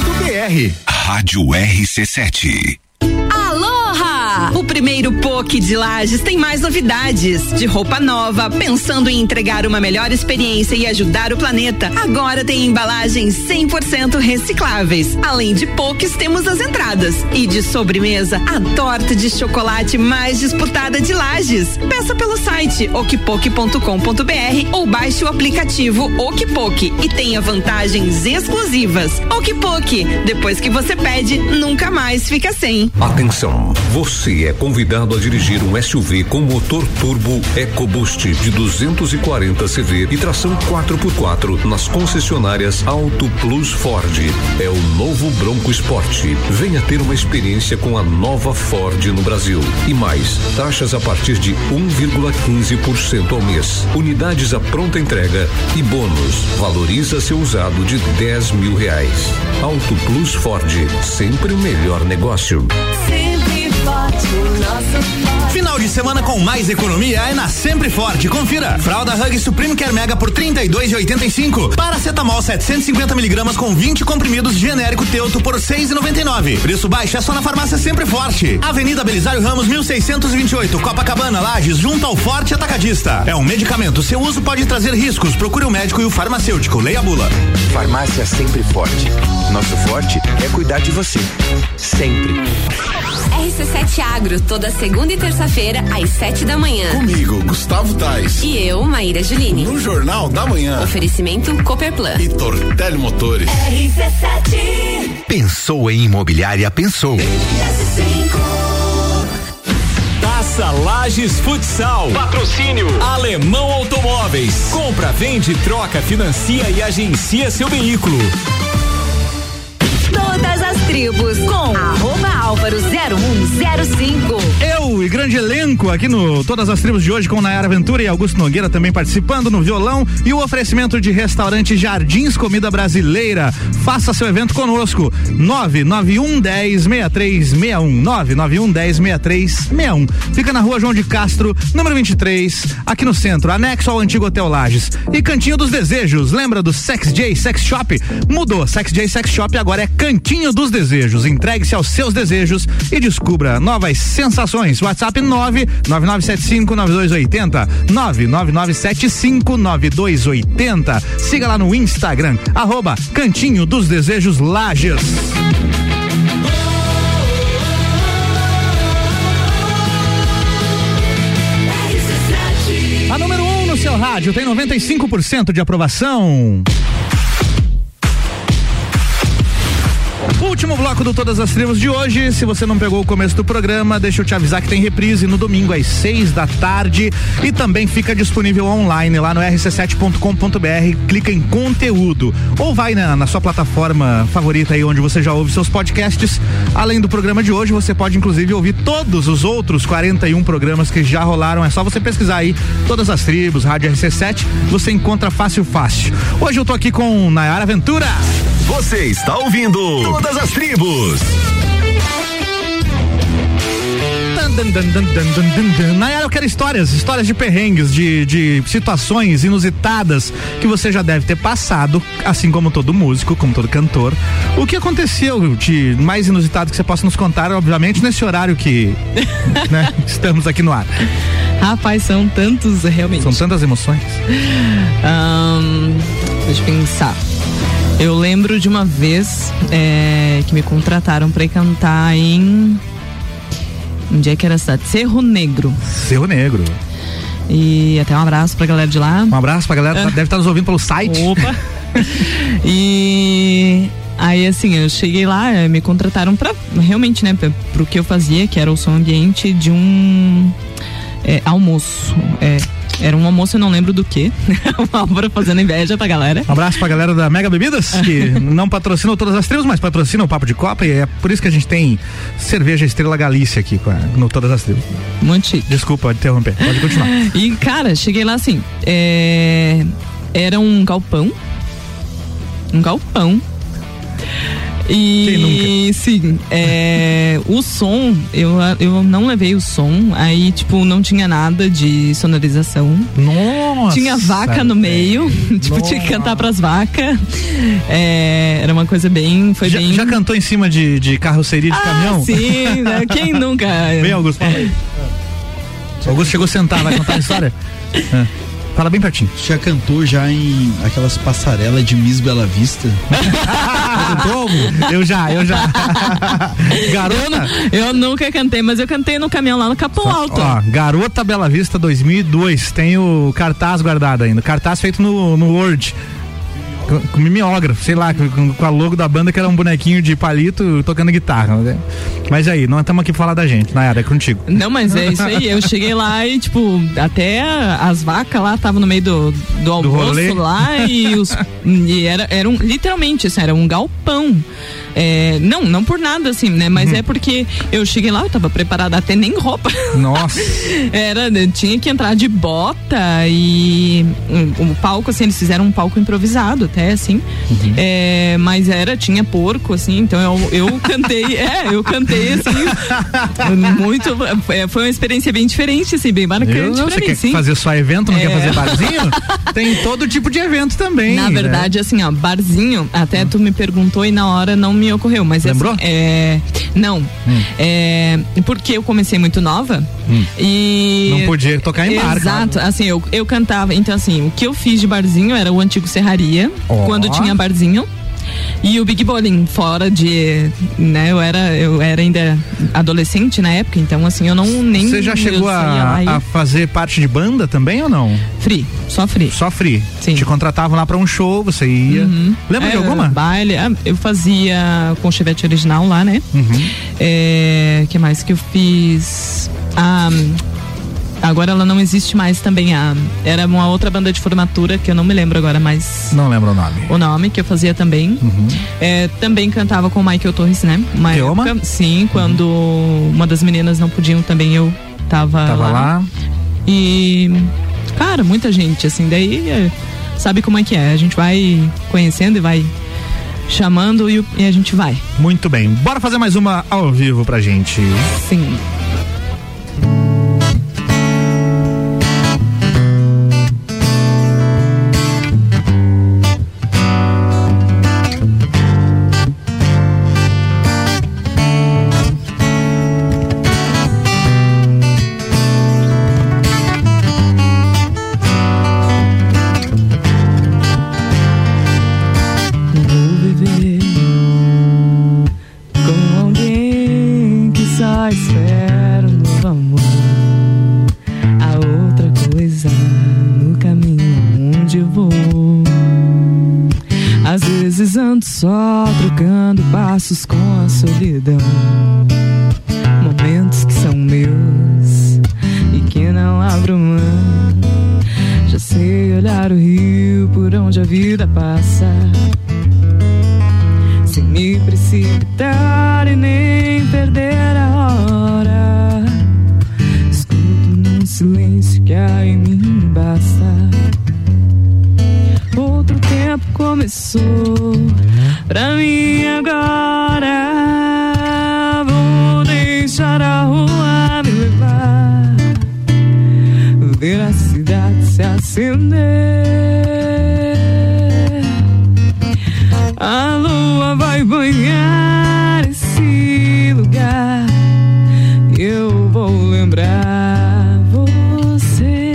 Rádio RC7. Aloha! O primeiro POC de Lages tem mais novidades. De roupa nova, pensando em entregar uma melhor experiência e ajudar o planeta. Agora tem embalagens 100% recicláveis. Além de POCs, temos as entradas. E de sobremesa, a torta de chocolate mais disputada de Lages. Peça pelo site okpok.com.br ou baixe o aplicativo Okpok e tenha vantagens exclusivas. Okpok, depois que você pede, nunca mais fica sem. Atenção, você é convidado a dirigir um SUV com motor turbo EcoBoost de 240 CV e tração 4x4 nas concessionárias Auto Plus Ford. É o novo Bronco Sport. Venha ter uma experiência com a nova Ford no Brasil. E mais, taxas a partir de 1,15% ao mês. Unidades à pronta entrega e bônus. Valoriza seu usado de R$10 mil. Auto Plus Ford, sempre o melhor negócio. Sempre forte, o nosso forte. Final de semana com mais economia é na Sempre Forte. Confira. Fralda Hug Supreme Care Mega por R$32,85. Paracetamol 750mg com 20 comprimidos genérico Teuto por R$6,99. Preço baixo é só na farmácia Sempre Forte. Avenida Belisário Ramos 1628, Copacabana, Lages, junto ao Forte Atacadista. É um medicamento. Seu uso pode trazer riscos. Procure o médico e o farmacêutico. Leia a bula. Farmácia Sempre Forte. Nosso forte é cuidar de você. Sempre. RC7 Agro, toda segunda e terça-feira, às 7 da manhã. Comigo, Gustavo Tais. E eu, Maíra Juline. No Jornal da Manhã. Oferecimento Cooperplan. E Tortelli Motores. RC7. Pensou em imobiliária, pensou. Taça Lages Futsal. Patrocínio Alemão Automóveis. Compra, vende, troca, financia e agencia seu veículo. Todas as tribos com @Álvaro0105. Eu e grande elenco aqui no Todas as Tribos de hoje com Nayara Ventura e Augusto Nogueira também participando no violão e o oferecimento de restaurante Jardins Comida Brasileira. Faça seu evento conosco. 991106361. 991106361. Fica na Rua João de Castro, número 23, aqui no centro, anexo ao antigo Hotel Lages. E Cantinho dos Desejos, lembra do Sex J Sex Shop? Mudou, Sex J Sex Shop agora é Cantinho dos Desejos. Entregue-se aos seus desejos e descubra novas sensações. WhatsApp 999759280. 999759280. Siga lá no Instagram, @Cantinho dos Desejos Lages. A número 1 no seu rádio tem 95% de aprovação. Último bloco do Todas as Tribos de hoje. Se você não pegou o começo do programa, deixa eu te avisar que tem reprise no domingo às 6 da tarde e também fica disponível online lá no rc7.com.br. Clica em conteúdo ou vai na sua plataforma favorita aí onde você já ouve seus podcasts. Além do programa de hoje, você pode inclusive ouvir todos os outros 41 programas que já rolaram. É só você pesquisar aí Todas as Tribos, Rádio RC7, você encontra fácil. Hoje eu tô aqui com Nayara Ventura. Você está ouvindo Todas as Tribos. Nayara, eu quero histórias de perrengues, de situações inusitadas que você já deve ter passado, assim como todo músico, como todo cantor. O que aconteceu de mais inusitado que você possa nos contar, obviamente, nesse horário que né, estamos aqui no ar? Rapaz, são tantos, realmente. São tantas emoções. Deixa eu pensar. Eu lembro de uma vez que me contrataram pra ir cantar em... Onde é que era a cidade? Cerro Negro. Cerro Negro. E até um abraço pra galera de lá. Um abraço pra galera que deve estar nos ouvindo pelo site. Opa! E aí, assim, eu cheguei lá, me contrataram pra, realmente, né, pro que eu fazia, que era o som ambiente de um almoço. Era um almoço, eu não lembro do que. Uma obra fazendo inveja pra galera. Um abraço pra galera da Mega Bebidas, que não patrocinam Todas as Tribos, mas patrocinam o Papo de Copa, e é por isso que a gente tem cerveja Estrela Galícia aqui no Todas as Tribos. Muito chique. Desculpa interromper, pode continuar. E, cara, cheguei lá assim, era um galpão. E quem nunca? Sim, o som, eu não levei o som, aí tipo, não tinha nada de sonorização. Nossa! Tinha vaca no meio, tipo, tinha que cantar pras vacas. Era uma coisa bem, Já cantou em cima de carroceria de caminhão? Sim, né? Quem nunca? Vem, Augusto, fala aí. O Augusto chegou a sentar, vai contar a história? Fala bem pertinho. Já cantou já em aquelas passarelas de Miss Bela Vista? Eu já. Garota. Eu nunca cantei, mas eu cantei no caminhão lá no Capão Alto. Ó, Garota Bela Vista 2002. Tem o cartaz guardado ainda. Cartaz feito no Word. Com mimeógrafo, sei lá, com a logo da banda, que era um bonequinho de palito tocando guitarra. Né? Mas aí, não estamos aqui pra falar da gente, Nayara, é contigo. Não, mas é isso aí, eu cheguei lá e tipo, até as vacas lá estavam no meio do almoço lá e era literalmente assim, era um galpão. Não por nada assim, né? Mas é porque eu cheguei lá, eu tava preparada até nem roupa. Nossa. Tinha que entrar de bota e o palco, assim, eles fizeram um palco improvisado até, assim. Mas tinha porco, assim, então eu cantei, eu cantei, assim, muito, foi uma experiência bem diferente, assim, bem marcante pra você mim, quer sim. fazer só evento, não quer fazer barzinho? Tem todo tipo de evento também. Na verdade, assim, ó, barzinho, até tu me perguntou e na hora não me ocorreu, mas lembrou? Assim, não. Porque eu comecei muito nova e não podia tocar em bar. Exato, assim, eu cantava, então assim, o que eu fiz de barzinho era o antigo Serraria, quando tinha barzinho. E o Big Bowling, fora de, né, eu era ainda adolescente na época, então assim, eu nem... Você já chegou a fazer parte de banda também ou não? Só free. Só free? Sim. Te contratavam lá pra um show, você ia... Lembra de alguma? Baile, eu fazia com o Chevette original lá, né? Que mais que eu fiz? Agora ela não existe mais também. Era uma outra banda de formatura que eu não me lembro agora, mas... Não lembro o nome. O nome que eu fazia também. Também cantava com o Michael Torres, né? Uma época, sim, quando uma das meninas não podiam também, eu tava lá. E, cara, muita gente, assim, daí sabe como é que é. A gente vai conhecendo e vai chamando e a gente vai. Muito bem. Bora fazer mais uma ao vivo pra gente. Sim. Só trocando passos com a solidão, momentos que são meus e que não abro mão. Já sei olhar o rio por onde a vida passa, sem me precipitar e nem perder a hora. Escuto num silêncio que há em mim basta. Outro tempo começou pra mim agora. Vou deixar a rua me levar, ver a cidade se acender. A lua vai banhar esse lugar e eu vou lembrar você.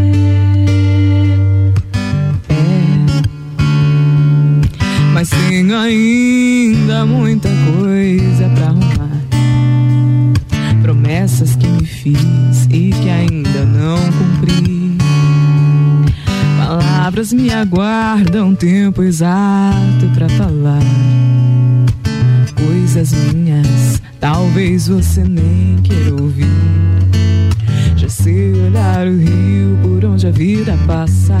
Mas tenho ainda muita coisa pra arrumar, promessas que me fiz e que ainda não cumpri. Palavras me aguardam tempo exato pra falar, coisas minhas talvez você nem queira ouvir. Já sei você olhar o rio por onde a vida passa,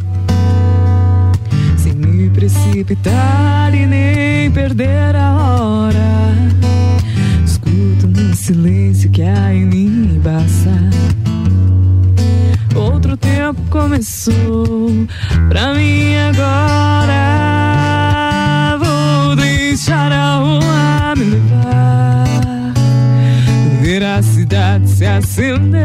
sem me precipitar e nem perder a hora. Escuto no silêncio que há em mim e basta. Outro tempo começou pra mim agora. Vou deixar a rua me levar, ver a cidade se acender.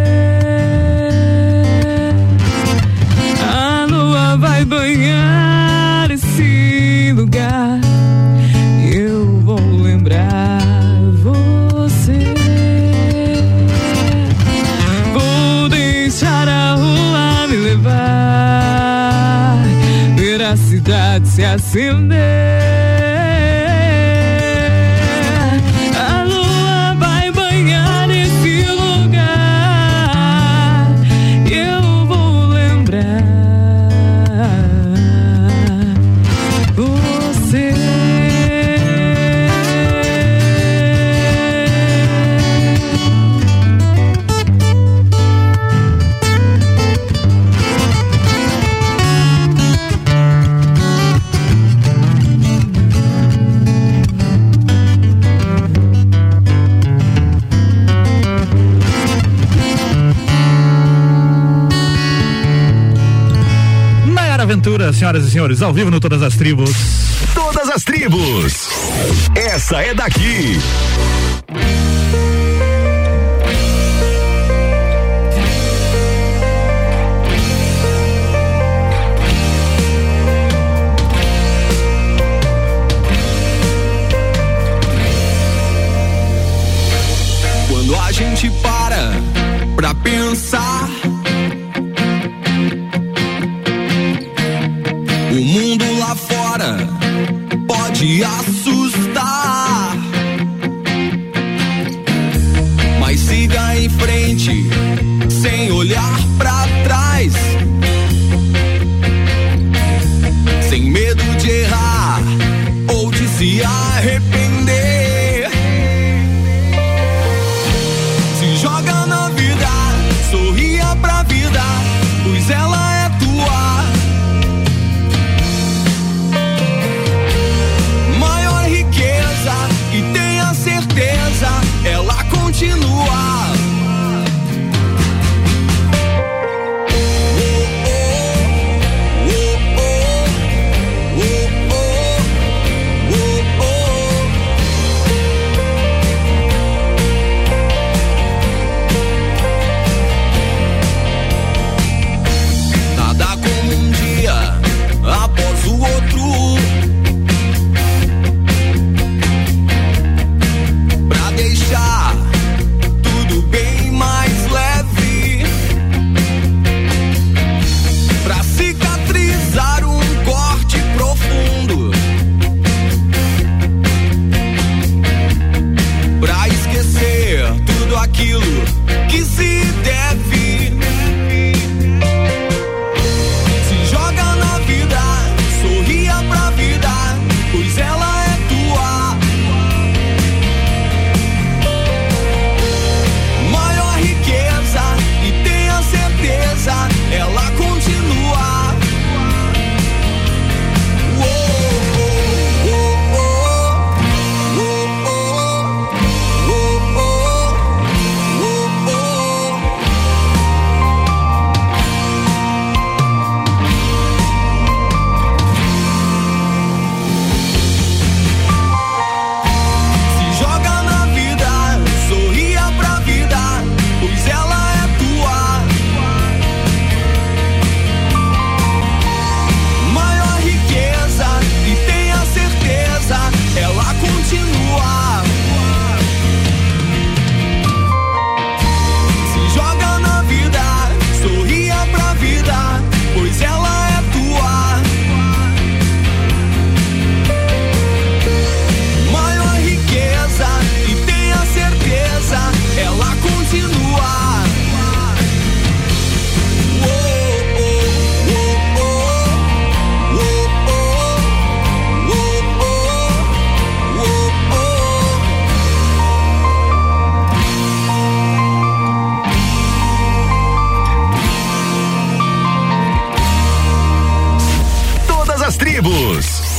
A lua vai banhar esse lugar, eu vou lembrar você. Vou deixar a rua me levar, ver a cidade se acender. A lua vai banhar esse lugar, eu vou lembrar você. Aventura, senhoras e senhores, ao vivo no Todas as Tribos. Todas as Tribos. Essa é daqui. Quando a gente para pra pensar, o mundo lá fora pode assustar, mas siga em frente, sem olhar pra trás, sem medo de errar ou de se arrepender. Se joga na vida, sorria pra vida, pois ela é tua. Maior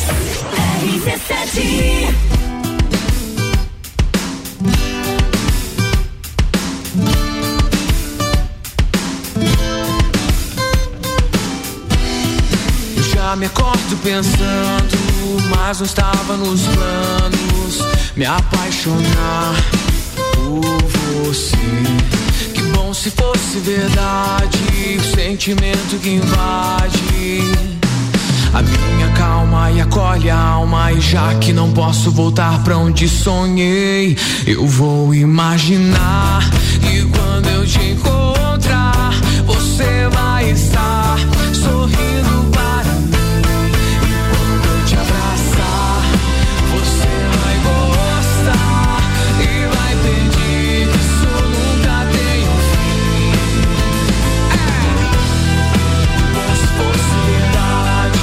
RC7. Já me acordo pensando, mas não estava nos planos me apaixonar por você. Que bom se fosse verdade o sentimento que invade a minha calma e acolhe a alma. E já que não posso voltar pra onde sonhei, eu vou imaginar que quando eu te encontrar, você vai estar sorrindo para mim. E quando eu te abraçar, você vai gostar e vai pedir que isso nunca tenha um fim. Como se fosse verdade.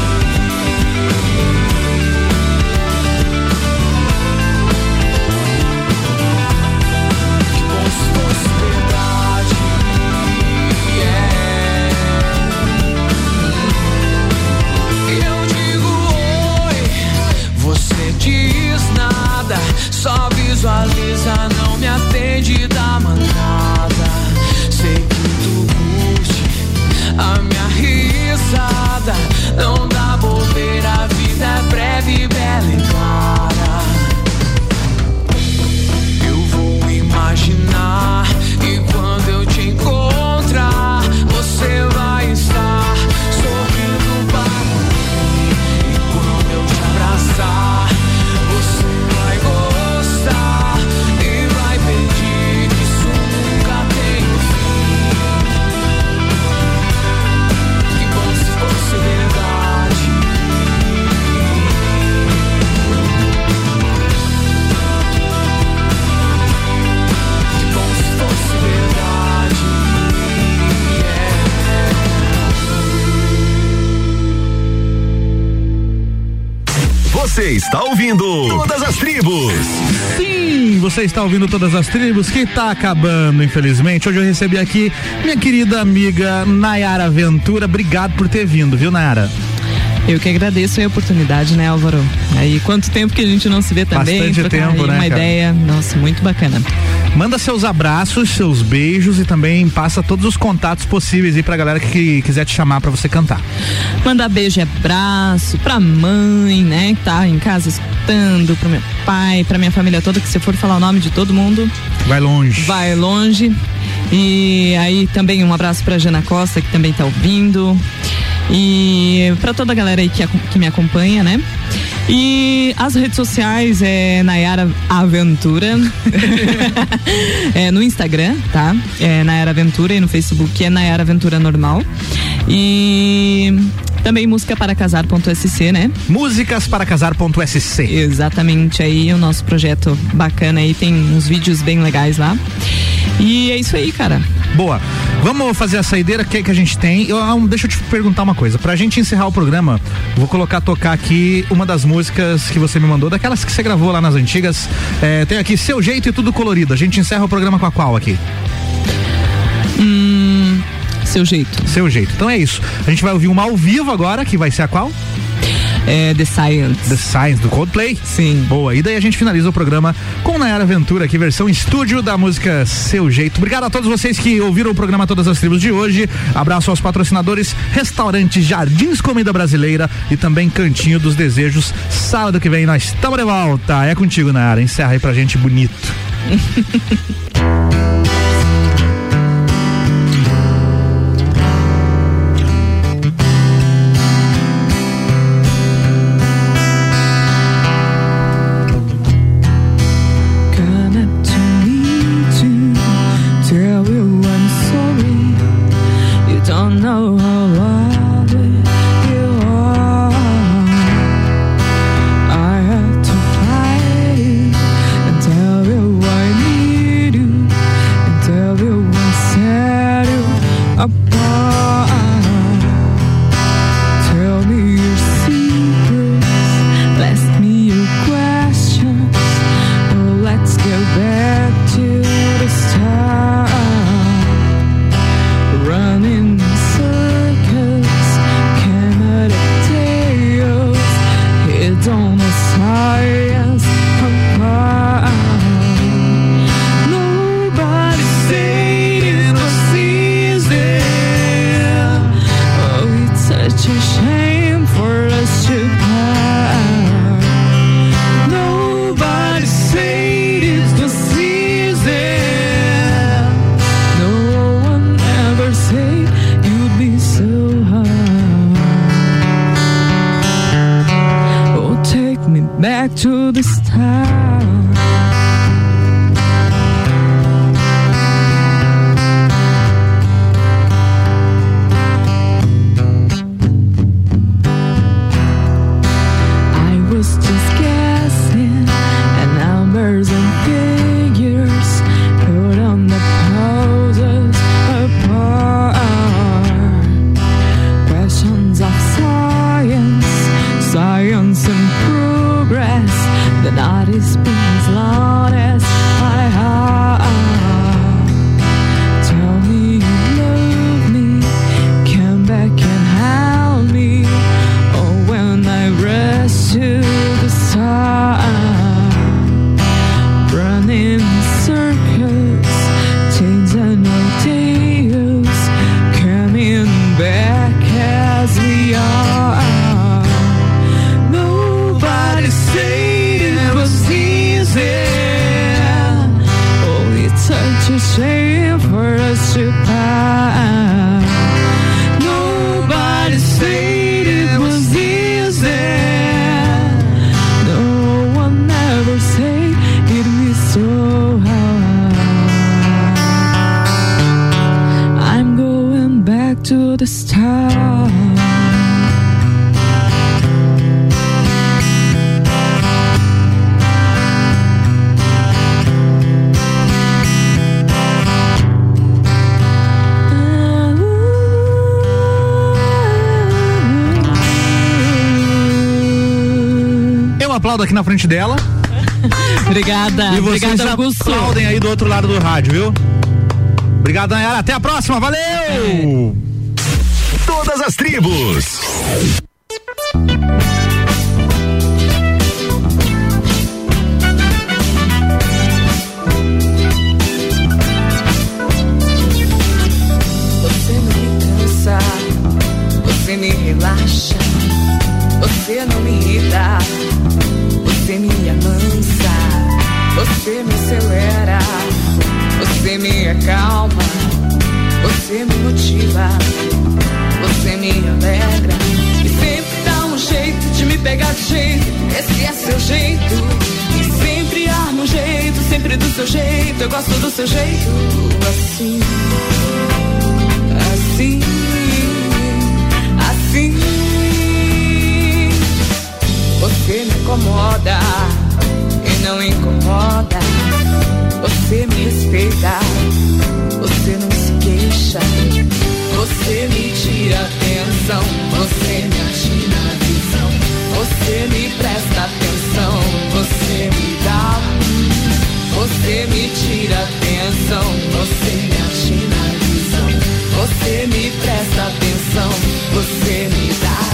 Que bom se fosse verdade. Eu digo oi, você diz nada, só visualiza, não me atende da mancada. Sei que tu curte a minha risada, não dá bobeira, a vida é breve, bela e clara. Eu vou imaginar e quando eu te encontrar, você vai estar sorrindo para mim. E quando eu te abraçar, você vai gostar e vai pedir que isso nunca tenha um fim. Que bom se fosse verdade. Que bom se fosse verdade. Você está ouvindo Todas as Tribos. Sim, você está ouvindo Todas as Tribos, que está acabando, infelizmente. Hoje eu recebi aqui minha querida amiga Nayara Ventura. Obrigado por ter vindo, viu, Nayara? Eu que agradeço a oportunidade, né, Álvaro? Aí, quanto tempo que a gente não se vê também. Bastante tempo, né, uma cara? ideia, nossa, muito bacana. Manda seus abraços, seus beijos e também passa todos os contatos possíveis aí pra galera que quiser te chamar pra você cantar. Mandar beijo e abraço pra mãe, né, que tá em casa escutando, pro meu pai, pra minha família toda, que se for falar o nome de todo mundo... Vai longe. Vai longe. E aí também um abraço pra Jana Costa, que também tá ouvindo. E pra toda a galera aí que me acompanha, né? E as redes sociais é Nayara Aventura. No Instagram, tá? É Nayara Aventura, e no Facebook é Nayara Aventura Normal. E também musicasparacasar.sc, né? Musicasparacasar.sc. Exatamente, aí o nosso projeto bacana aí, tem uns vídeos bem legais lá. E é isso aí, cara. Boa. Vamos fazer a saideira que a gente tem. Deixa eu te perguntar uma coisa. Pra gente encerrar o programa, vou tocar aqui uma das músicas que você me mandou, daquelas que você gravou lá nas antigas. Tem aqui Seu Jeito e Tudo Colorido. A gente encerra o programa com a qual aqui? Seu Jeito. Seu Jeito. Então é isso. A gente vai ouvir uma ao vivo agora, que vai ser a qual? The Science. The Science, do Coldplay? Sim. Boa, e daí a gente finaliza o programa com Nayara Ventura, aqui, versão estúdio da música Seu Jeito. Obrigado a todos vocês que ouviram o programa Todas as Tribos de hoje. Abraço aos patrocinadores, Restaurante Jardins Comida Brasileira e também Cantinho dos Desejos. Sábado que vem nós estamos de volta. É contigo, Nayara. Encerra aí pra gente bonito. I had to fight it and tell you I need you. such a shame for us to part. Nobody said it was easy. No one ever said you'd be so hard. Oh, take me back to the start. Aqui na frente dela. Obrigada. E vocês obrigada, Augusto. Aplaudem aí do outro lado do rádio, viu? Obrigado, Nayara. Até a próxima. Valeu! Todas as tribos. Você não me cansa, você me relaxa, você não me irrita. Você me amansa, você me acelera, você me acalma, você me motiva, você me alegra. E sempre dá um jeito de me pegar de jeito, esse é seu jeito. E sempre arma um jeito, sempre do seu jeito, eu gosto do seu jeito. Assim, assim, assim. Você me incomoda e não incomoda. Você me respeita, você não se queixa. Você me tira atenção, você me atina a visão. Você me presta atenção, você me dá. Você me tira atenção, você me atina a visão. Você me presta atenção, você me dá.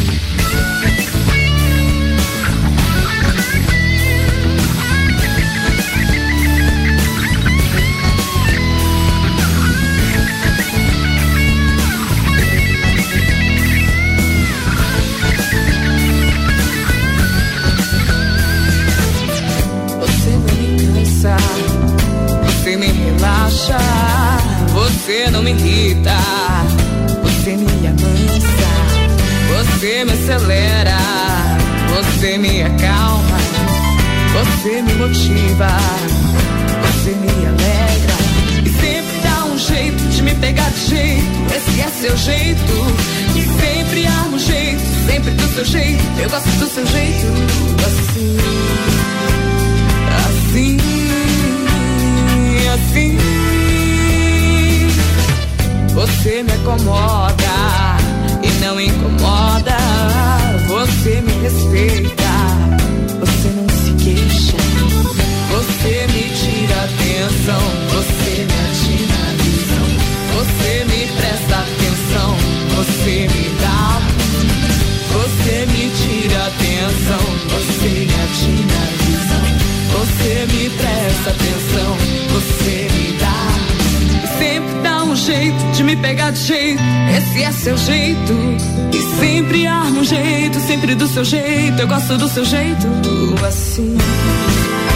Você me relaxa, você não me irrita, você me amansa, você me acelera, você me acalma, você me motiva, você me alegra. E sempre dá um jeito de me pegar de jeito, esse é seu jeito. E sempre arma um jeito, sempre do seu jeito, eu gosto do seu jeito. Assim, assim, assim. Você me acomoda e não incomoda. Você me respeita, você não se queixa. Você me tira atenção, você me atina a visão. Você me presta atenção, você me dá. Você me tira atenção, você me atina a visão. Você me presta atenção, você me dá. E sempre dá um jeito de me pegar de jeito, esse é seu jeito. sempre arma um jeito, sempre do seu jeito. Eu gosto do seu jeito assim.